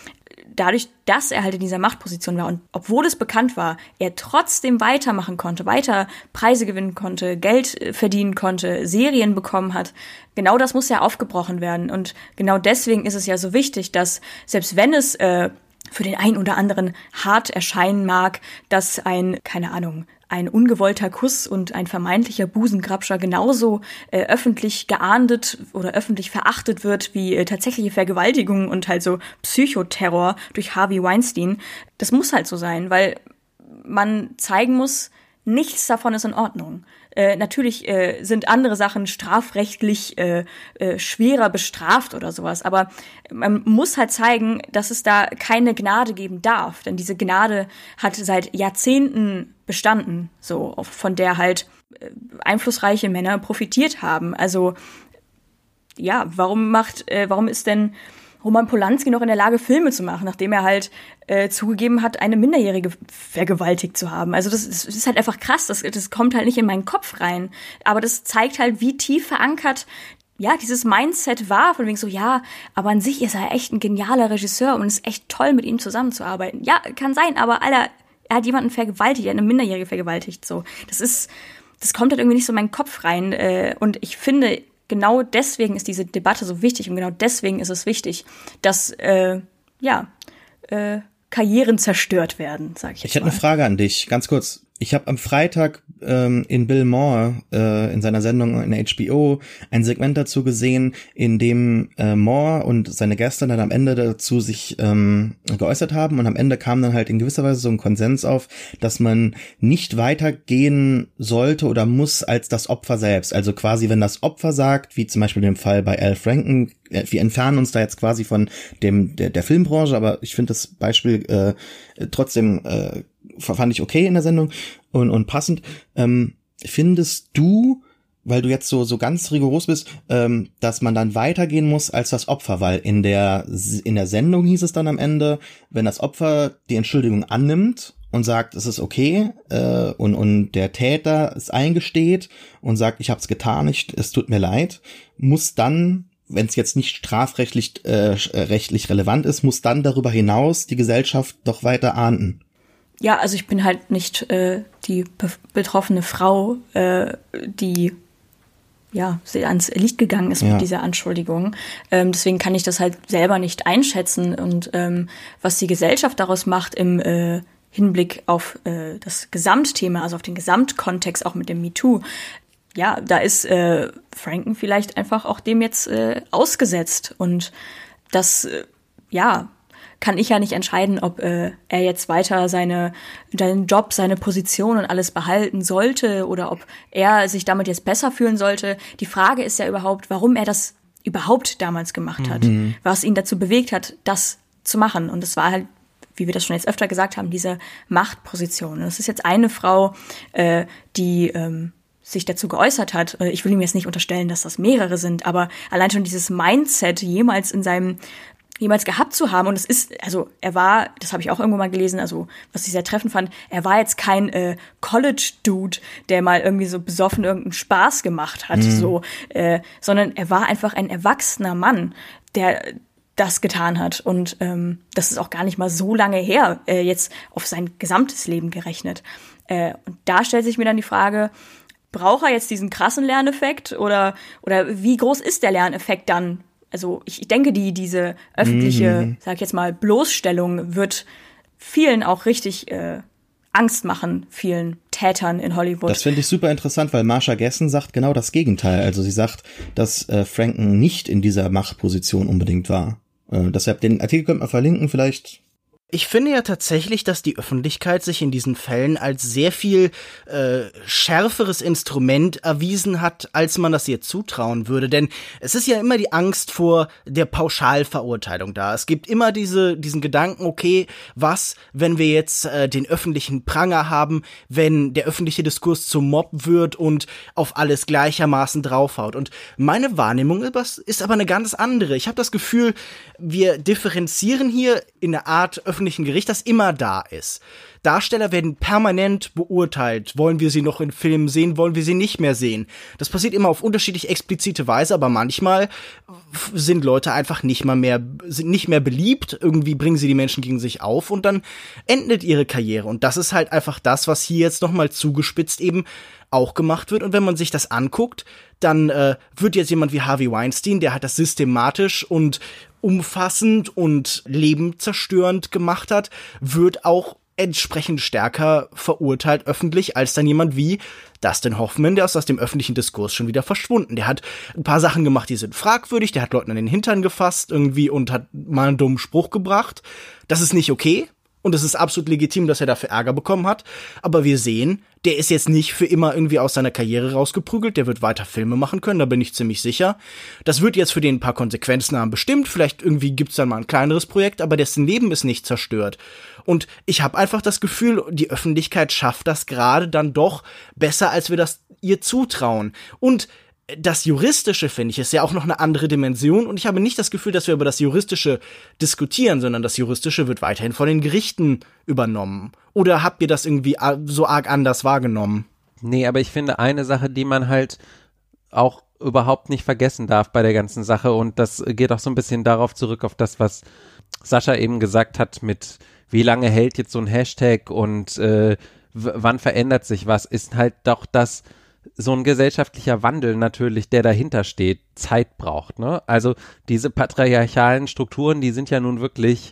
dadurch, dass er halt in dieser Machtposition war und obwohl es bekannt war, er trotzdem weitermachen konnte, weiter Preise gewinnen konnte, Geld verdienen konnte, Serien bekommen hat, genau das muss ja aufgebrochen werden. Und genau deswegen ist es ja so wichtig, dass selbst wenn es äh, für den einen oder anderen hart erscheinen mag, dass ein, keine Ahnung, ein ungewollter Kuss und ein vermeintlicher Busengrabscher genauso äh, öffentlich geahndet oder öffentlich verachtet wird wie äh, tatsächliche Vergewaltigung und halt so Psychoterror durch Harvey Weinstein. Das muss halt so sein, weil man zeigen muss, nichts davon ist in Ordnung. Äh, natürlich äh, sind andere Sachen strafrechtlich äh, äh, schwerer bestraft oder sowas, aber man muss halt zeigen, dass es da keine Gnade geben darf, denn diese Gnade hat seit Jahrzehnten bestanden, so von der halt äh, einflussreiche Männer profitiert haben. Also ja, warum macht, äh, warum ist denn Roman Polanski noch in der Lage, Filme zu machen, nachdem er halt äh, zugegeben hat, eine Minderjährige vergewaltigt zu haben. Also das, das ist halt einfach krass, das, das kommt halt nicht in meinen Kopf rein. Aber das zeigt halt, wie tief verankert ja dieses Mindset war, von wegen so, ja, aber an sich ist er echt ein genialer Regisseur und es ist echt toll, mit ihm zusammenzuarbeiten. Ja, kann sein, aber Alter, er hat jemanden vergewaltigt, er hat eine Minderjährige vergewaltigt. So, das ist, das kommt halt irgendwie nicht so in meinen Kopf rein. Äh, und ich finde, genau deswegen ist diese Debatte so wichtig und genau deswegen ist es wichtig, dass äh, ja äh, Karrieren zerstört werden, sag ich jetzt Ich hätte mal. eine Frage an dich, ganz kurz. Ich habe am Freitag ähm, in Bill Maher äh, in seiner Sendung in H B O ein Segment dazu gesehen, in dem äh, Maher und seine Gäste dann am Ende dazu sich ähm, geäußert haben und am Ende kam dann halt in gewisser Weise so ein Konsens auf, dass man nicht weitergehen sollte oder muss als das Opfer selbst. Also quasi, wenn das Opfer sagt, wie zum Beispiel in dem Fall bei Al Franken, äh, wir entfernen uns da jetzt quasi von dem der, der Filmbranche, aber ich finde das Beispiel äh, trotzdem äh, fand ich okay in der Sendung und, und passend. Ähm, findest du, weil du jetzt so so ganz rigoros bist, ähm, dass man dann weitergehen muss als das Opfer? Weil in der in der Sendung hieß es dann am Ende, wenn das Opfer die Entschuldigung annimmt und sagt, es ist okay äh, und und der Täter es eingesteht und sagt, ich habe es getan, ich, es tut mir leid, muss dann, wenn es jetzt nicht strafrechtlich äh, rechtlich relevant ist, muss dann darüber hinaus die Gesellschaft doch weiter ahnden. Ja, also ich bin halt nicht äh, die be- betroffene Frau, äh, die ja ans Licht gegangen ist ja. mit dieser Anschuldigung. Ähm, deswegen kann ich das halt selber nicht einschätzen. Und ähm, was die Gesellschaft daraus macht im äh, Hinblick auf äh, das Gesamtthema, also auf den Gesamtkontext, auch mit dem MeToo, ja, da ist äh, Franken vielleicht einfach auch dem jetzt äh, ausgesetzt. Und das, äh, ja, kann ich ja nicht entscheiden, ob äh, er jetzt weiter seine seinen Job, seine Position und alles behalten sollte oder ob er sich damit jetzt besser fühlen sollte. Die Frage ist ja überhaupt, warum er das überhaupt damals gemacht hat, mhm. was ihn dazu bewegt hat, das zu machen. Und es war halt, wie wir das schon jetzt öfter gesagt haben, diese Machtposition. Und es ist jetzt eine Frau, äh, die ähm, sich dazu geäußert hat. Ich will ihm jetzt nicht unterstellen, dass das mehrere sind, aber allein schon dieses Mindset jemals in seinem jemals gehabt zu haben. Und es ist, also er war, das habe ich auch irgendwo mal gelesen, also was ich sehr treffend fand, er war jetzt kein äh, College-Dude, der mal irgendwie so besoffen irgendeinen Spaß gemacht hat, mhm. so, äh, sondern er war einfach ein erwachsener Mann, der das getan hat. Und ähm, das ist auch gar nicht mal so lange her, äh, jetzt auf sein gesamtes Leben gerechnet. Äh, und da stellt sich mir dann die Frage, braucht er jetzt diesen krassen Lerneffekt oder oder wie groß ist der Lerneffekt dann? Also ich denke, die diese öffentliche, mhm. sag ich jetzt mal, Bloßstellung wird vielen auch richtig äh, Angst machen, vielen Tätern in Hollywood. Das finde ich super interessant, weil Marsha Gessen sagt genau das Gegenteil. Also sie sagt, dass äh, Franken nicht in dieser Machtposition unbedingt war. Äh, deshalb den Artikel könnte man verlinken, vielleicht. Ich finde ja tatsächlich, dass die Öffentlichkeit sich in diesen Fällen als sehr viel äh, schärferes Instrument erwiesen hat, als man das ihr zutrauen würde. Denn es ist ja immer die Angst vor der Pauschalverurteilung da. Es gibt immer diese diesen Gedanken, okay, was, wenn wir jetzt äh, den öffentlichen Pranger haben, wenn der öffentliche Diskurs zum Mob wird und auf alles gleichermaßen draufhaut. Und meine Wahrnehmung ist aber eine ganz andere. Ich habe das Gefühl, wir differenzieren hier in einer Art öffentlichen öffentlichen Gericht, das immer da ist. Darsteller werden permanent beurteilt. Wollen wir sie noch in Filmen sehen? Wollen wir sie nicht mehr sehen? Das passiert immer auf unterschiedlich explizite Weise, aber manchmal sind Leute einfach nicht mal mehr, sind nicht mehr beliebt. Irgendwie bringen sie die Menschen gegen sich auf und dann endet ihre Karriere. Und das ist halt einfach das, was hier jetzt nochmal zugespitzt eben auch gemacht wird. Und wenn man sich das anguckt, dann äh, wird jetzt jemand wie Harvey Weinstein, der hat das systematisch und umfassend und lebenszerstörend gemacht hat, wird auch entsprechend stärker verurteilt öffentlich als dann jemand wie Dustin Hoffman, der ist aus dem öffentlichen Diskurs schon wieder verschwunden. Der hat ein paar Sachen gemacht, die sind fragwürdig, der hat Leuten an den Hintern gefasst irgendwie und hat mal einen dummen Spruch gebracht. Das ist nicht okay. Und es ist absolut legitim, dass er dafür Ärger bekommen hat. Aber wir sehen, der ist jetzt nicht für immer irgendwie aus seiner Karriere rausgeprügelt. Der wird weiter Filme machen können, da bin ich ziemlich sicher. Das wird jetzt für den ein paar Konsequenzen haben, bestimmt. Vielleicht irgendwie gibt's dann mal ein kleineres Projekt, aber dessen Leben ist nicht zerstört. Und ich habe einfach das Gefühl, die Öffentlichkeit schafft das gerade dann doch besser, als wir das ihr zutrauen. Und das Juristische, finde ich, ist ja auch noch eine andere Dimension und ich habe nicht das Gefühl, dass wir über das Juristische diskutieren, sondern das Juristische wird weiterhin von den Gerichten übernommen. Oder habt ihr das irgendwie so arg anders wahrgenommen? Nee, aber ich finde eine Sache, die man halt auch überhaupt nicht vergessen darf bei der ganzen Sache und das geht auch so ein bisschen darauf zurück, auf das, was Sascha eben gesagt hat mit wie lange hält jetzt so ein Hashtag und äh, w- wann verändert sich was, ist halt doch das so ein gesellschaftlicher Wandel natürlich, der dahinter steht, Zeit braucht, ne? Also diese patriarchalen Strukturen, die sind ja nun wirklich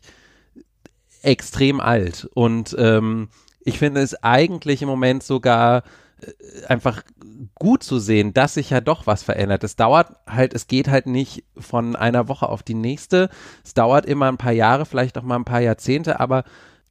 extrem alt und ähm, ich finde es eigentlich im Moment sogar äh, einfach gut zu sehen, dass sich ja doch was verändert. Es dauert halt, es geht halt nicht von einer Woche auf die nächste, es dauert immer ein paar Jahre, vielleicht auch mal ein paar Jahrzehnte, aber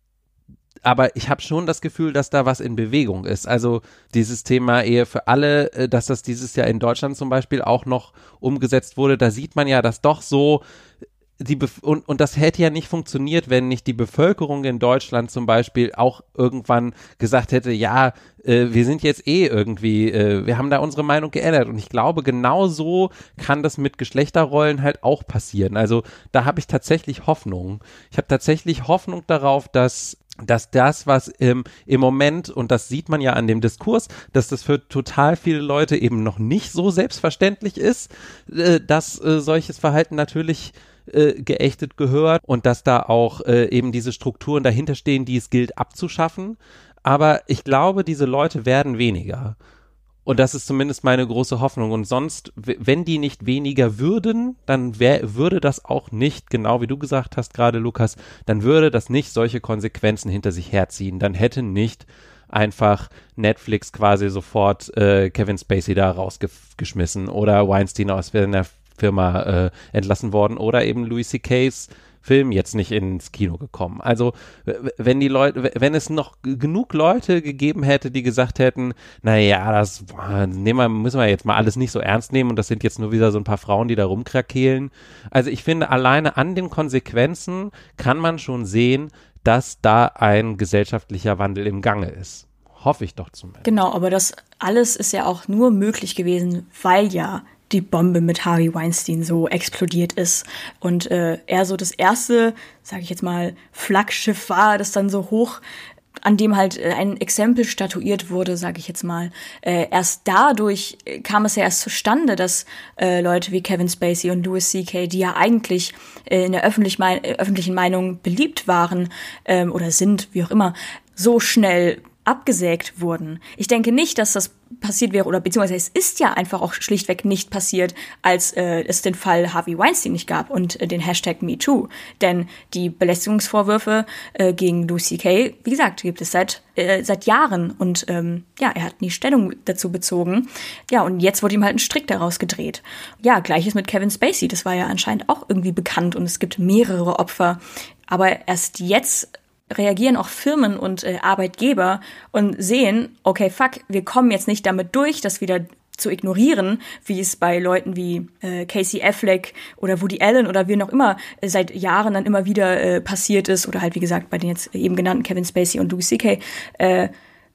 Aber ich habe schon das Gefühl, dass da was in Bewegung ist. Also dieses Thema Ehe für alle, dass das dieses Jahr in Deutschland zum Beispiel auch noch umgesetzt wurde, da sieht man ja, dass doch so die Bef- und, und das hätte ja nicht funktioniert, wenn nicht die Bevölkerung in Deutschland zum Beispiel auch irgendwann gesagt hätte, ja, äh, wir sind jetzt eh irgendwie, äh, wir haben da unsere Meinung geändert. Und ich glaube, genau so kann das mit Geschlechterrollen halt auch passieren. Also da habe ich tatsächlich Hoffnung. Ich habe tatsächlich Hoffnung darauf, dass dass das, was im, im Moment, und das sieht man ja an dem Diskurs, dass das für total viele Leute eben noch nicht so selbstverständlich ist, äh, dass äh, solches Verhalten natürlich äh, geächtet gehört und dass da auch äh, eben diese Strukturen dahinter stehen, die es gilt abzuschaffen. Aber ich glaube, diese Leute werden weniger. Und das ist zumindest meine große Hoffnung. Und sonst, w- wenn die nicht weniger würden, dann wär, würde das auch nicht, genau wie du gesagt hast gerade, Lukas, dann würde das nicht solche Konsequenzen hinter sich herziehen. Dann hätte nicht einfach Netflix quasi sofort äh, Kevin Spacey da rausgeschmissen oder Weinstein aus seiner Firma äh, entlassen worden oder eben Louis C K's Film jetzt nicht ins Kino gekommen. Also wenn die Leute, wenn es noch g- genug Leute gegeben hätte, die gesagt hätten, naja, das boah, nehmen wir, müssen wir jetzt mal alles nicht so ernst nehmen und das sind jetzt nur wieder so ein paar Frauen, die da rumkrakehlen. Also ich finde, alleine an den Konsequenzen kann man schon sehen, dass da ein gesellschaftlicher Wandel im Gange ist. Hoffe ich doch zumindest. Genau, aber das alles ist ja auch nur möglich gewesen, weil ja die Bombe mit Harvey Weinstein so explodiert ist und äh, er so das erste, sage ich jetzt mal, Flaggschiff war, das dann so hoch, an dem halt äh, ein Exempel statuiert wurde, sage ich jetzt mal. Äh, erst dadurch kam es ja erst zustande, dass äh, Leute wie Kevin Spacey und Louis C K, die ja eigentlich äh, in der öffentlich mein- äh, öffentlichen Meinung beliebt waren ähm, oder sind, wie auch immer, so schnell abgesägt wurden. Ich denke nicht, dass das passiert wäre, oder beziehungsweise es ist ja einfach auch schlichtweg nicht passiert, als äh, es den Fall Harvey Weinstein nicht gab und äh, den Hashtag MeToo. Denn die Belästigungsvorwürfe äh, gegen Louis C K, wie gesagt, gibt es seit äh, seit Jahren und ähm, ja, er hat nie Stellung dazu bezogen. Ja, und jetzt wurde ihm halt ein Strick daraus gedreht. Ja, gleiches mit Kevin Spacey, das war ja anscheinend auch irgendwie bekannt und es gibt mehrere Opfer. Aber erst jetzt reagieren auch Firmen und äh, Arbeitgeber und sehen, okay, fuck, wir kommen jetzt nicht damit durch, das wieder zu ignorieren, wie es bei Leuten wie äh, Casey Affleck oder Woody Allen oder wie noch immer äh, seit Jahren dann immer wieder äh, passiert ist oder halt, wie gesagt, bei den jetzt eben genannten Kevin Spacey und Louis C K. Äh,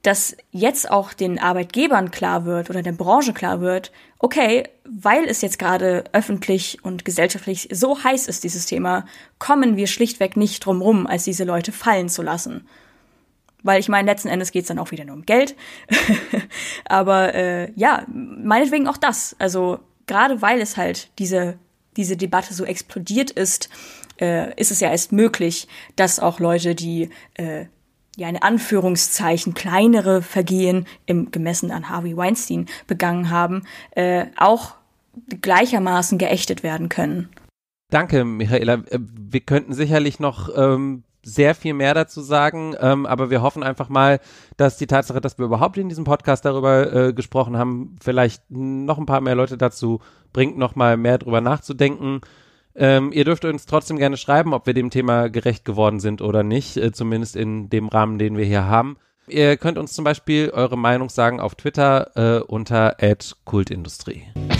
dass jetzt auch den Arbeitgebern klar wird oder der Branche klar wird, okay, weil es jetzt gerade öffentlich und gesellschaftlich so heiß ist, dieses Thema, kommen wir schlichtweg nicht drum rum, als diese Leute fallen zu lassen. Weil ich meine, letzten Endes geht's dann auch wieder nur um Geld. Aber äh, ja, meinetwegen auch das. Also gerade weil es halt diese, diese Debatte so explodiert ist, äh, ist es ja erst möglich, dass auch Leute, die äh, ja in Anführungszeichen kleinere Vergehen im gemessen an Harvey Weinstein begangen haben, äh, auch gleichermaßen geächtet werden können. Danke, Michaela. Wir könnten sicherlich noch ähm, sehr viel mehr dazu sagen, ähm, aber wir hoffen einfach mal, dass die Tatsache, dass wir überhaupt in diesem Podcast darüber äh, gesprochen haben, vielleicht noch ein paar mehr Leute dazu bringt, noch mal mehr drüber nachzudenken. Ähm, ihr dürft uns trotzdem gerne schreiben, ob wir dem Thema gerecht geworden sind oder nicht, äh, zumindest in dem Rahmen, den wir hier haben. Ihr könnt uns zum Beispiel eure Meinung sagen auf Twitter äh, unter at kultindustrie.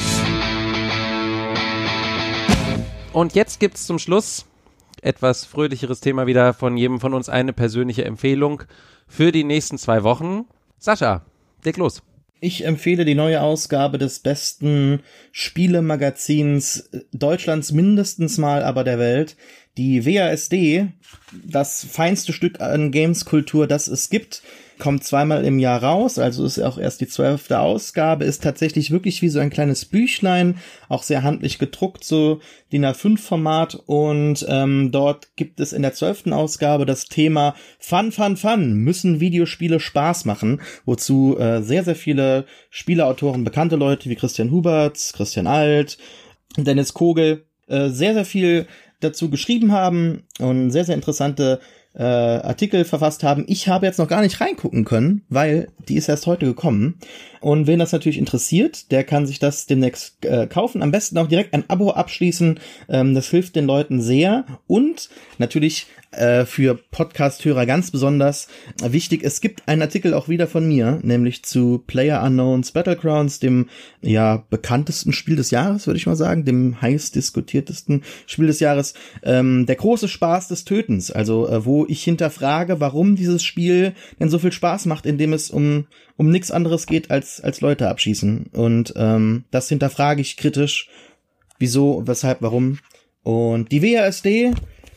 Und jetzt gibt's zum Schluss etwas fröhlicheres Thema wieder von jedem von uns, eine persönliche Empfehlung für die nächsten zwei Wochen. Sascha, leg los. Ich empfehle die neue Ausgabe des besten Spielemagazins Deutschlands mindestens mal, aber der Welt. Die W A S D, das feinste Stück an Gameskultur, das es gibt, kommt zweimal im Jahr raus, also ist auch erst die zwölfte Ausgabe, ist tatsächlich wirklich wie so ein kleines Büchlein, auch sehr handlich gedruckt, so D I N A fünf Format, und ähm, dort gibt es in der zwölften Ausgabe das Thema Fun, Fun, Fun, müssen Videospiele Spaß machen, wozu äh, sehr, sehr viele Spieleautoren, bekannte Leute wie Christian Huberts, Christian Alt, Dennis Kogel, äh, sehr, sehr viel dazu geschrieben haben und sehr, sehr interessante äh, Artikel verfasst haben. Ich habe jetzt noch gar nicht reingucken können, weil die ist erst heute gekommen. Und wen das natürlich interessiert, der kann sich das demnächst äh, kaufen. Am besten auch direkt ein Abo abschließen. Ähm, das hilft den Leuten sehr. Und natürlich äh, für Podcast-Hörer ganz besonders wichtig, es gibt einen Artikel auch wieder von mir, nämlich zu PlayerUnknown's Battlegrounds, dem ja bekanntesten Spiel des Jahres, würde ich mal sagen, dem heiß diskutiertesten Spiel des Jahres. Ähm, der große Spaß des Tötens, also äh, wo ich hinterfrage, warum dieses Spiel denn so viel Spaß macht, indem es um um nichts anderes geht als als Leute abschießen. Und ähm, das hinterfrage ich kritisch. Wieso, weshalb, warum? Und die W A S D,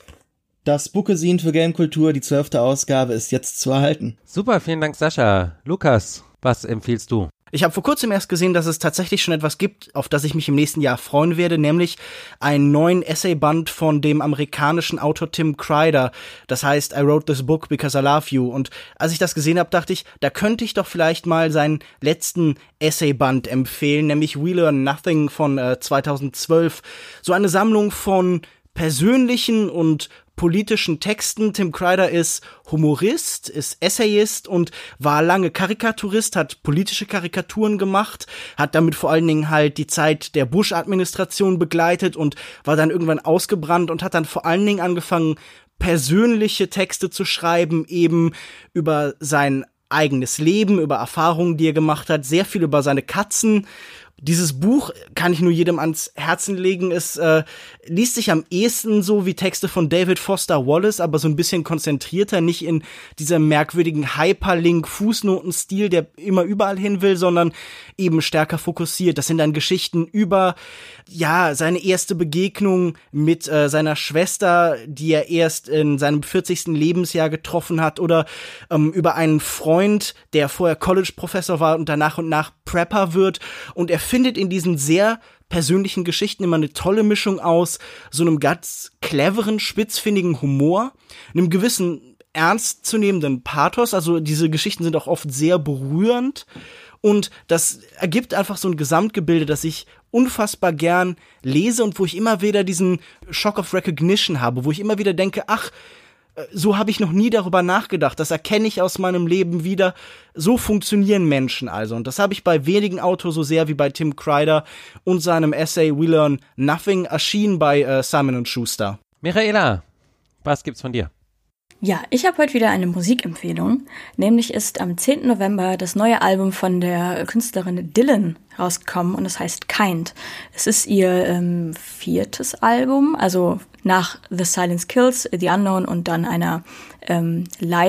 das Bookesin für Gamekultur, die zwölfte Ausgabe, ist jetzt zu erhalten. Super, vielen Dank, Sascha. Lukas, was empfiehlst du? Ich habe vor kurzem erst gesehen, dass es tatsächlich schon etwas gibt, auf das ich mich im nächsten Jahr freuen werde, nämlich einen neuen Essayband von dem amerikanischen Autor Tim Kreider. Das heißt, I wrote this book because I love you. Und als ich das gesehen habe, dachte ich, da könnte ich doch vielleicht mal seinen letzten Essayband empfehlen, nämlich We Learn Nothing von äh, zweitausendzwölf. So eine Sammlung von persönlichen und politischen Texten. Tim Kreider ist Humorist, ist Essayist und war lange Karikaturist, hat politische Karikaturen gemacht, hat damit vor allen Dingen halt die Zeit der Bush-Administration begleitet und war dann irgendwann ausgebrannt und hat dann vor allen Dingen angefangen, persönliche Texte zu schreiben, eben über sein eigenes Leben, über Erfahrungen, die er gemacht hat, sehr viel über seine Katzen. Dieses Buch kann ich nur jedem ans Herzen legen. Es äh, liest sich am ehesten so wie Texte von David Foster Wallace, aber so ein bisschen konzentrierter, nicht in diesem merkwürdigen Hyperlink-Fußnotenstil, der immer überall hin will, sondern eben stärker fokussiert. Das sind dann Geschichten über, ja, seine erste Begegnung mit äh, seiner Schwester, die er erst in seinem vierzigsten Lebensjahr getroffen hat, oder ähm, über einen Freund, der vorher College-Professor war und danach und nach Prepper wird, und er findet in diesen sehr persönlichen Geschichten immer eine tolle Mischung aus so einem ganz cleveren, spitzfindigen Humor, einem gewissen ernstzunehmenden Pathos. Also diese Geschichten sind auch oft sehr berührend, und das ergibt einfach so ein Gesamtgebilde, das ich unfassbar gern lese und wo ich immer wieder diesen Shock of Recognition habe, wo ich immer wieder denke, ach, so habe ich noch nie darüber nachgedacht. Das erkenne ich aus meinem Leben wieder. So funktionieren Menschen also. Und das habe ich bei wenigen Autoren so sehr wie bei Tim Kreider und seinem Essay We Learn Nothing, erschienen bei äh, Simon und Schuster. Michaela, was gibt's von dir? Ja, ich habe heute wieder eine Musikempfehlung. Nämlich ist am zehnten November das neue Album von der Künstlerin Dylan rausgekommen und es heißt Kind. Es ist ihr ähm, viertes Album, also nach The Silence Kills, The Unknown und dann einer ähm, Live-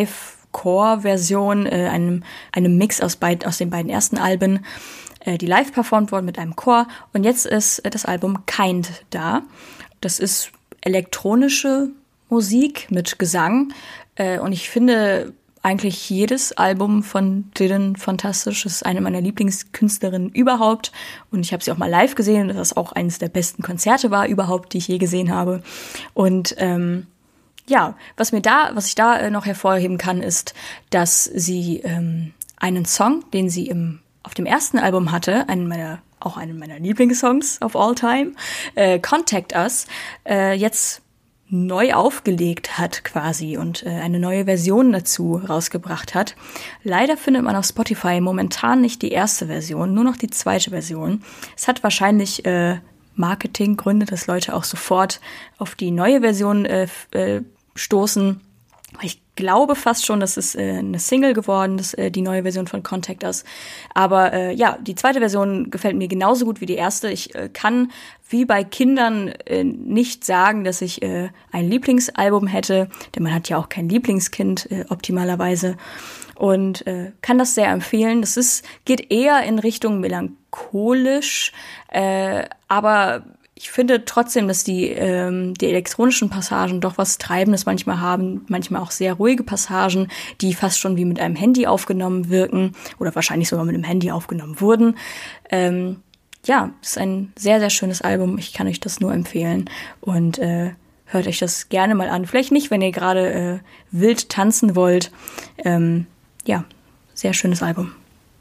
Chor-Version, äh, einem, einem Mix aus, beid, aus den beiden ersten Alben, äh, die live performt wurden mit einem Chor. Und jetzt ist äh, das Album Kind da. Das ist elektronische Musik mit Gesang. Äh, und ich finde eigentlich jedes Album von Dylan fantastisch. Das ist eine meiner Lieblingskünstlerinnen überhaupt. Und ich habe sie auch mal live gesehen, dass das auch eines der besten Konzerte war überhaupt, die ich je gesehen habe. Und ähm, ja, was mir da, was ich da äh, noch hervorheben kann, ist, dass sie ähm, einen Song, den sie im auf dem ersten Album hatte, einen meiner auch einen meiner Lieblingssongs of all time, äh, Contact Us, äh, jetzt neu aufgelegt hat quasi und äh, eine neue Version dazu rausgebracht hat. Leider findet man auf Spotify momentan nicht die erste Version, nur noch die zweite Version. Es hat wahrscheinlich äh, Marketinggründe, dass Leute auch sofort auf die neue Version äh, äh, stoßen. Ich glaube fast schon, dass es äh, eine Single geworden ist, äh, die neue Version von Contact Us. Aber äh, ja, die zweite Version gefällt mir genauso gut wie die erste. Ich äh, kann wie bei Kindern äh, nicht sagen, dass ich äh, ein Lieblingsalbum hätte, denn man hat ja auch kein Lieblingskind äh, optimalerweise. Und äh, kann das sehr empfehlen. Das ist geht eher in Richtung melancholisch, äh, aber ich finde trotzdem, dass die ähm, die elektronischen Passagen doch was Treibendes manchmal haben, manchmal auch sehr ruhige Passagen, die fast schon wie mit einem Handy aufgenommen wirken oder wahrscheinlich sogar mit einem Handy aufgenommen wurden. Ähm, ja, es ist ein sehr, sehr schönes Album. Ich kann euch das nur empfehlen und äh, hört euch das gerne mal an. Vielleicht nicht, wenn ihr gerade äh, wild tanzen wollt. Ähm, ja, sehr schönes Album.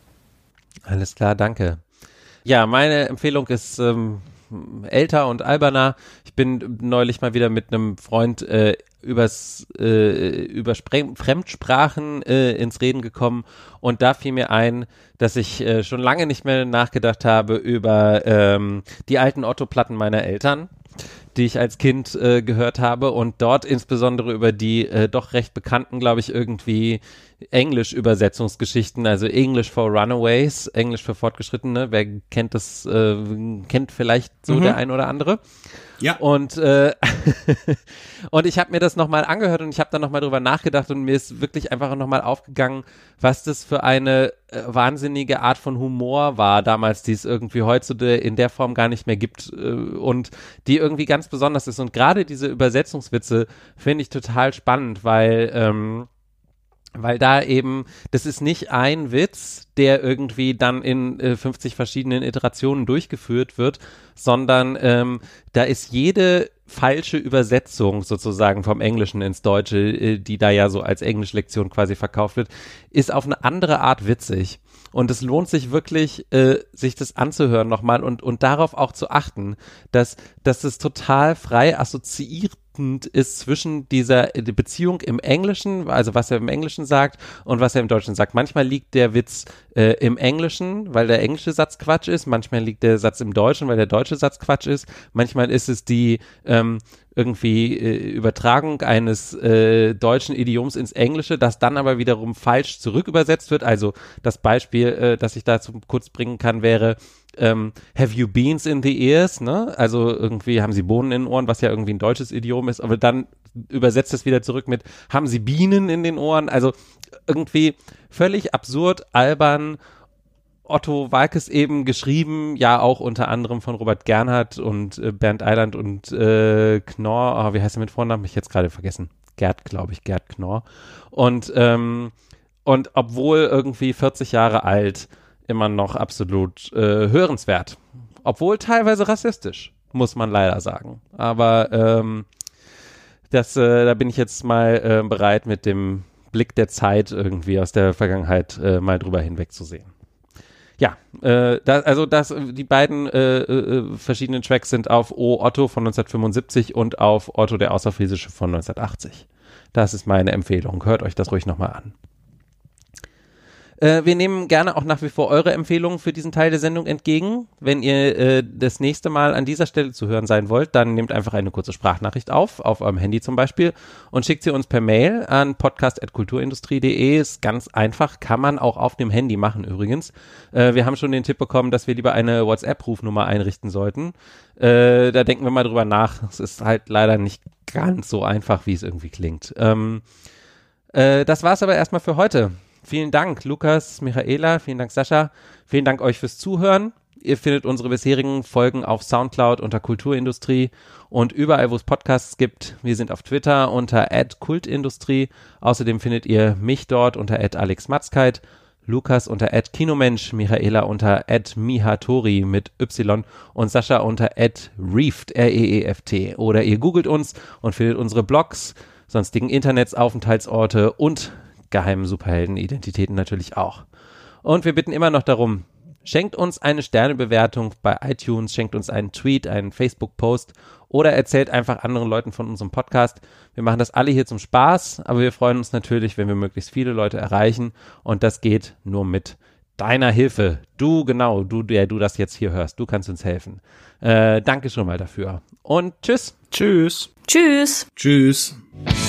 Alles klar, danke. Ja, meine Empfehlung ist ähm älter und alberner. Ich bin neulich mal wieder mit einem Freund äh, übers äh, über Spre- Fremdsprachen äh, ins Reden gekommen und da fiel mir ein, dass ich äh, schon lange nicht mehr nachgedacht habe über ähm, die alten Otto-Platten meiner Eltern, die ich als Kind äh, gehört habe und dort insbesondere über die äh, doch recht bekannten, glaube ich, irgendwie Englisch-Übersetzungsgeschichten, also English for Runaways, Englisch für Fortgeschrittene, wer kennt das, äh, kennt vielleicht so mhm. der ein oder andere. Ja. Und äh, und ich habe mir das nochmal angehört und ich habe dann nochmal drüber nachgedacht und mir ist wirklich einfach nochmal aufgegangen, was das für eine äh, wahnsinnige Art von Humor war damals, die es irgendwie heutzutage in der Form gar nicht mehr gibt äh, und die irgendwie ganz besonders ist. Und gerade diese Übersetzungswitze finde ich total spannend, weil ähm, weil da eben, das ist nicht ein Witz, der irgendwie dann in äh, fünfzig verschiedenen Iterationen durchgeführt wird, sondern ähm, da ist jede falsche Übersetzung sozusagen vom Englischen ins Deutsche, äh, die da ja so als Englischlektion quasi verkauft wird, ist auf eine andere Art witzig. Und es lohnt sich wirklich, äh, sich das anzuhören nochmal und, und darauf auch zu achten, dass, dass es total frei assoziiert ist zwischen dieser die Beziehung im Englischen, also was er im Englischen sagt und was er im Deutschen sagt. Manchmal liegt der Witz äh, im Englischen, weil der englische Satz Quatsch ist, manchmal liegt der Satz im Deutschen, weil der deutsche Satz Quatsch ist, manchmal ist es die ähm, irgendwie äh, Übertragung eines äh, deutschen Idioms ins Englische, das dann aber wiederum falsch zurückübersetzt wird. Also das Beispiel, äh, das ich dazu kurz bringen kann, wäre ähm, have you beans in the ears, ne? Also irgendwie haben sie Bohnen in den Ohren, was ja irgendwie ein deutsches Idiom ist, aber dann übersetzt es wieder zurück mit haben sie Bienen in den Ohren? Also irgendwie völlig absurd, albern. Otto Waalkes eben geschrieben, ja auch unter anderem von Robert Gernhardt und äh, Bernd Eiland und äh, Knorr, oh, wie heißt er mit Vornamen? Hab ich jetzt gerade vergessen. Gerd, glaube ich, Gerd Knorr. Und, ähm, und obwohl irgendwie vierzig Jahre alt, immer noch absolut äh, hörenswert. Obwohl teilweise rassistisch, muss man leider sagen. Aber ähm, das, äh, da bin ich jetzt mal äh, bereit, mit dem Blick der Zeit irgendwie aus der Vergangenheit äh, mal drüber hinwegzusehen. Ja, äh, da, also das, die beiden äh, äh, verschiedenen Tracks sind auf O Otto von neunzehnhundertfünfundsiebzig und auf Otto der Außerfriesische von neunzehnhundertachtzig. Das ist meine Empfehlung. Hört euch das ruhig nochmal an. Äh, wir nehmen gerne auch nach wie vor eure Empfehlungen für diesen Teil der Sendung entgegen. Wenn ihr äh, das nächste Mal an dieser Stelle zu hören sein wollt, dann nehmt einfach eine kurze Sprachnachricht auf, auf eurem Handy zum Beispiel, und schickt sie uns per Mail an podcast at kulturindustrie punkt de. Ist ganz einfach, kann man auch auf dem Handy machen übrigens. Äh, wir haben schon den Tipp bekommen, dass wir lieber eine WhatsApp-Rufnummer einrichten sollten. Äh, da denken wir mal drüber nach. Es ist halt leider nicht ganz so einfach, wie es irgendwie klingt. Ähm, Äh, das war's aber erstmal für heute. Vielen Dank, Lukas, Michaela, vielen Dank, Sascha. Vielen Dank euch fürs Zuhören. Ihr findet unsere bisherigen Folgen auf Soundcloud unter Kulturindustrie und überall, wo es Podcasts gibt. Wir sind auf Twitter unter at kultindustrie. Außerdem findet ihr mich dort unter at alexmatzkeit, Lukas unter at kinomensch, Michaela unter at mihatori mit Y und Sascha unter at reeft, R E E F T. Oder ihr googelt uns und findet unsere Blogs, sonstigen Internetsaufenthaltsorte und geheimen Superheldenidentitäten natürlich auch. Und wir bitten immer noch darum, schenkt uns eine Sternebewertung bei iTunes, schenkt uns einen Tweet, einen Facebook-Post oder erzählt einfach anderen Leuten von unserem Podcast. Wir machen das alle hier zum Spaß, aber wir freuen uns natürlich, wenn wir möglichst viele Leute erreichen und das geht nur mit deiner Hilfe. Du, genau, du, der du das jetzt hier hörst, du kannst uns helfen. Äh, danke schon mal dafür und tschüss. Tschüss. Tschüss. Tschüss.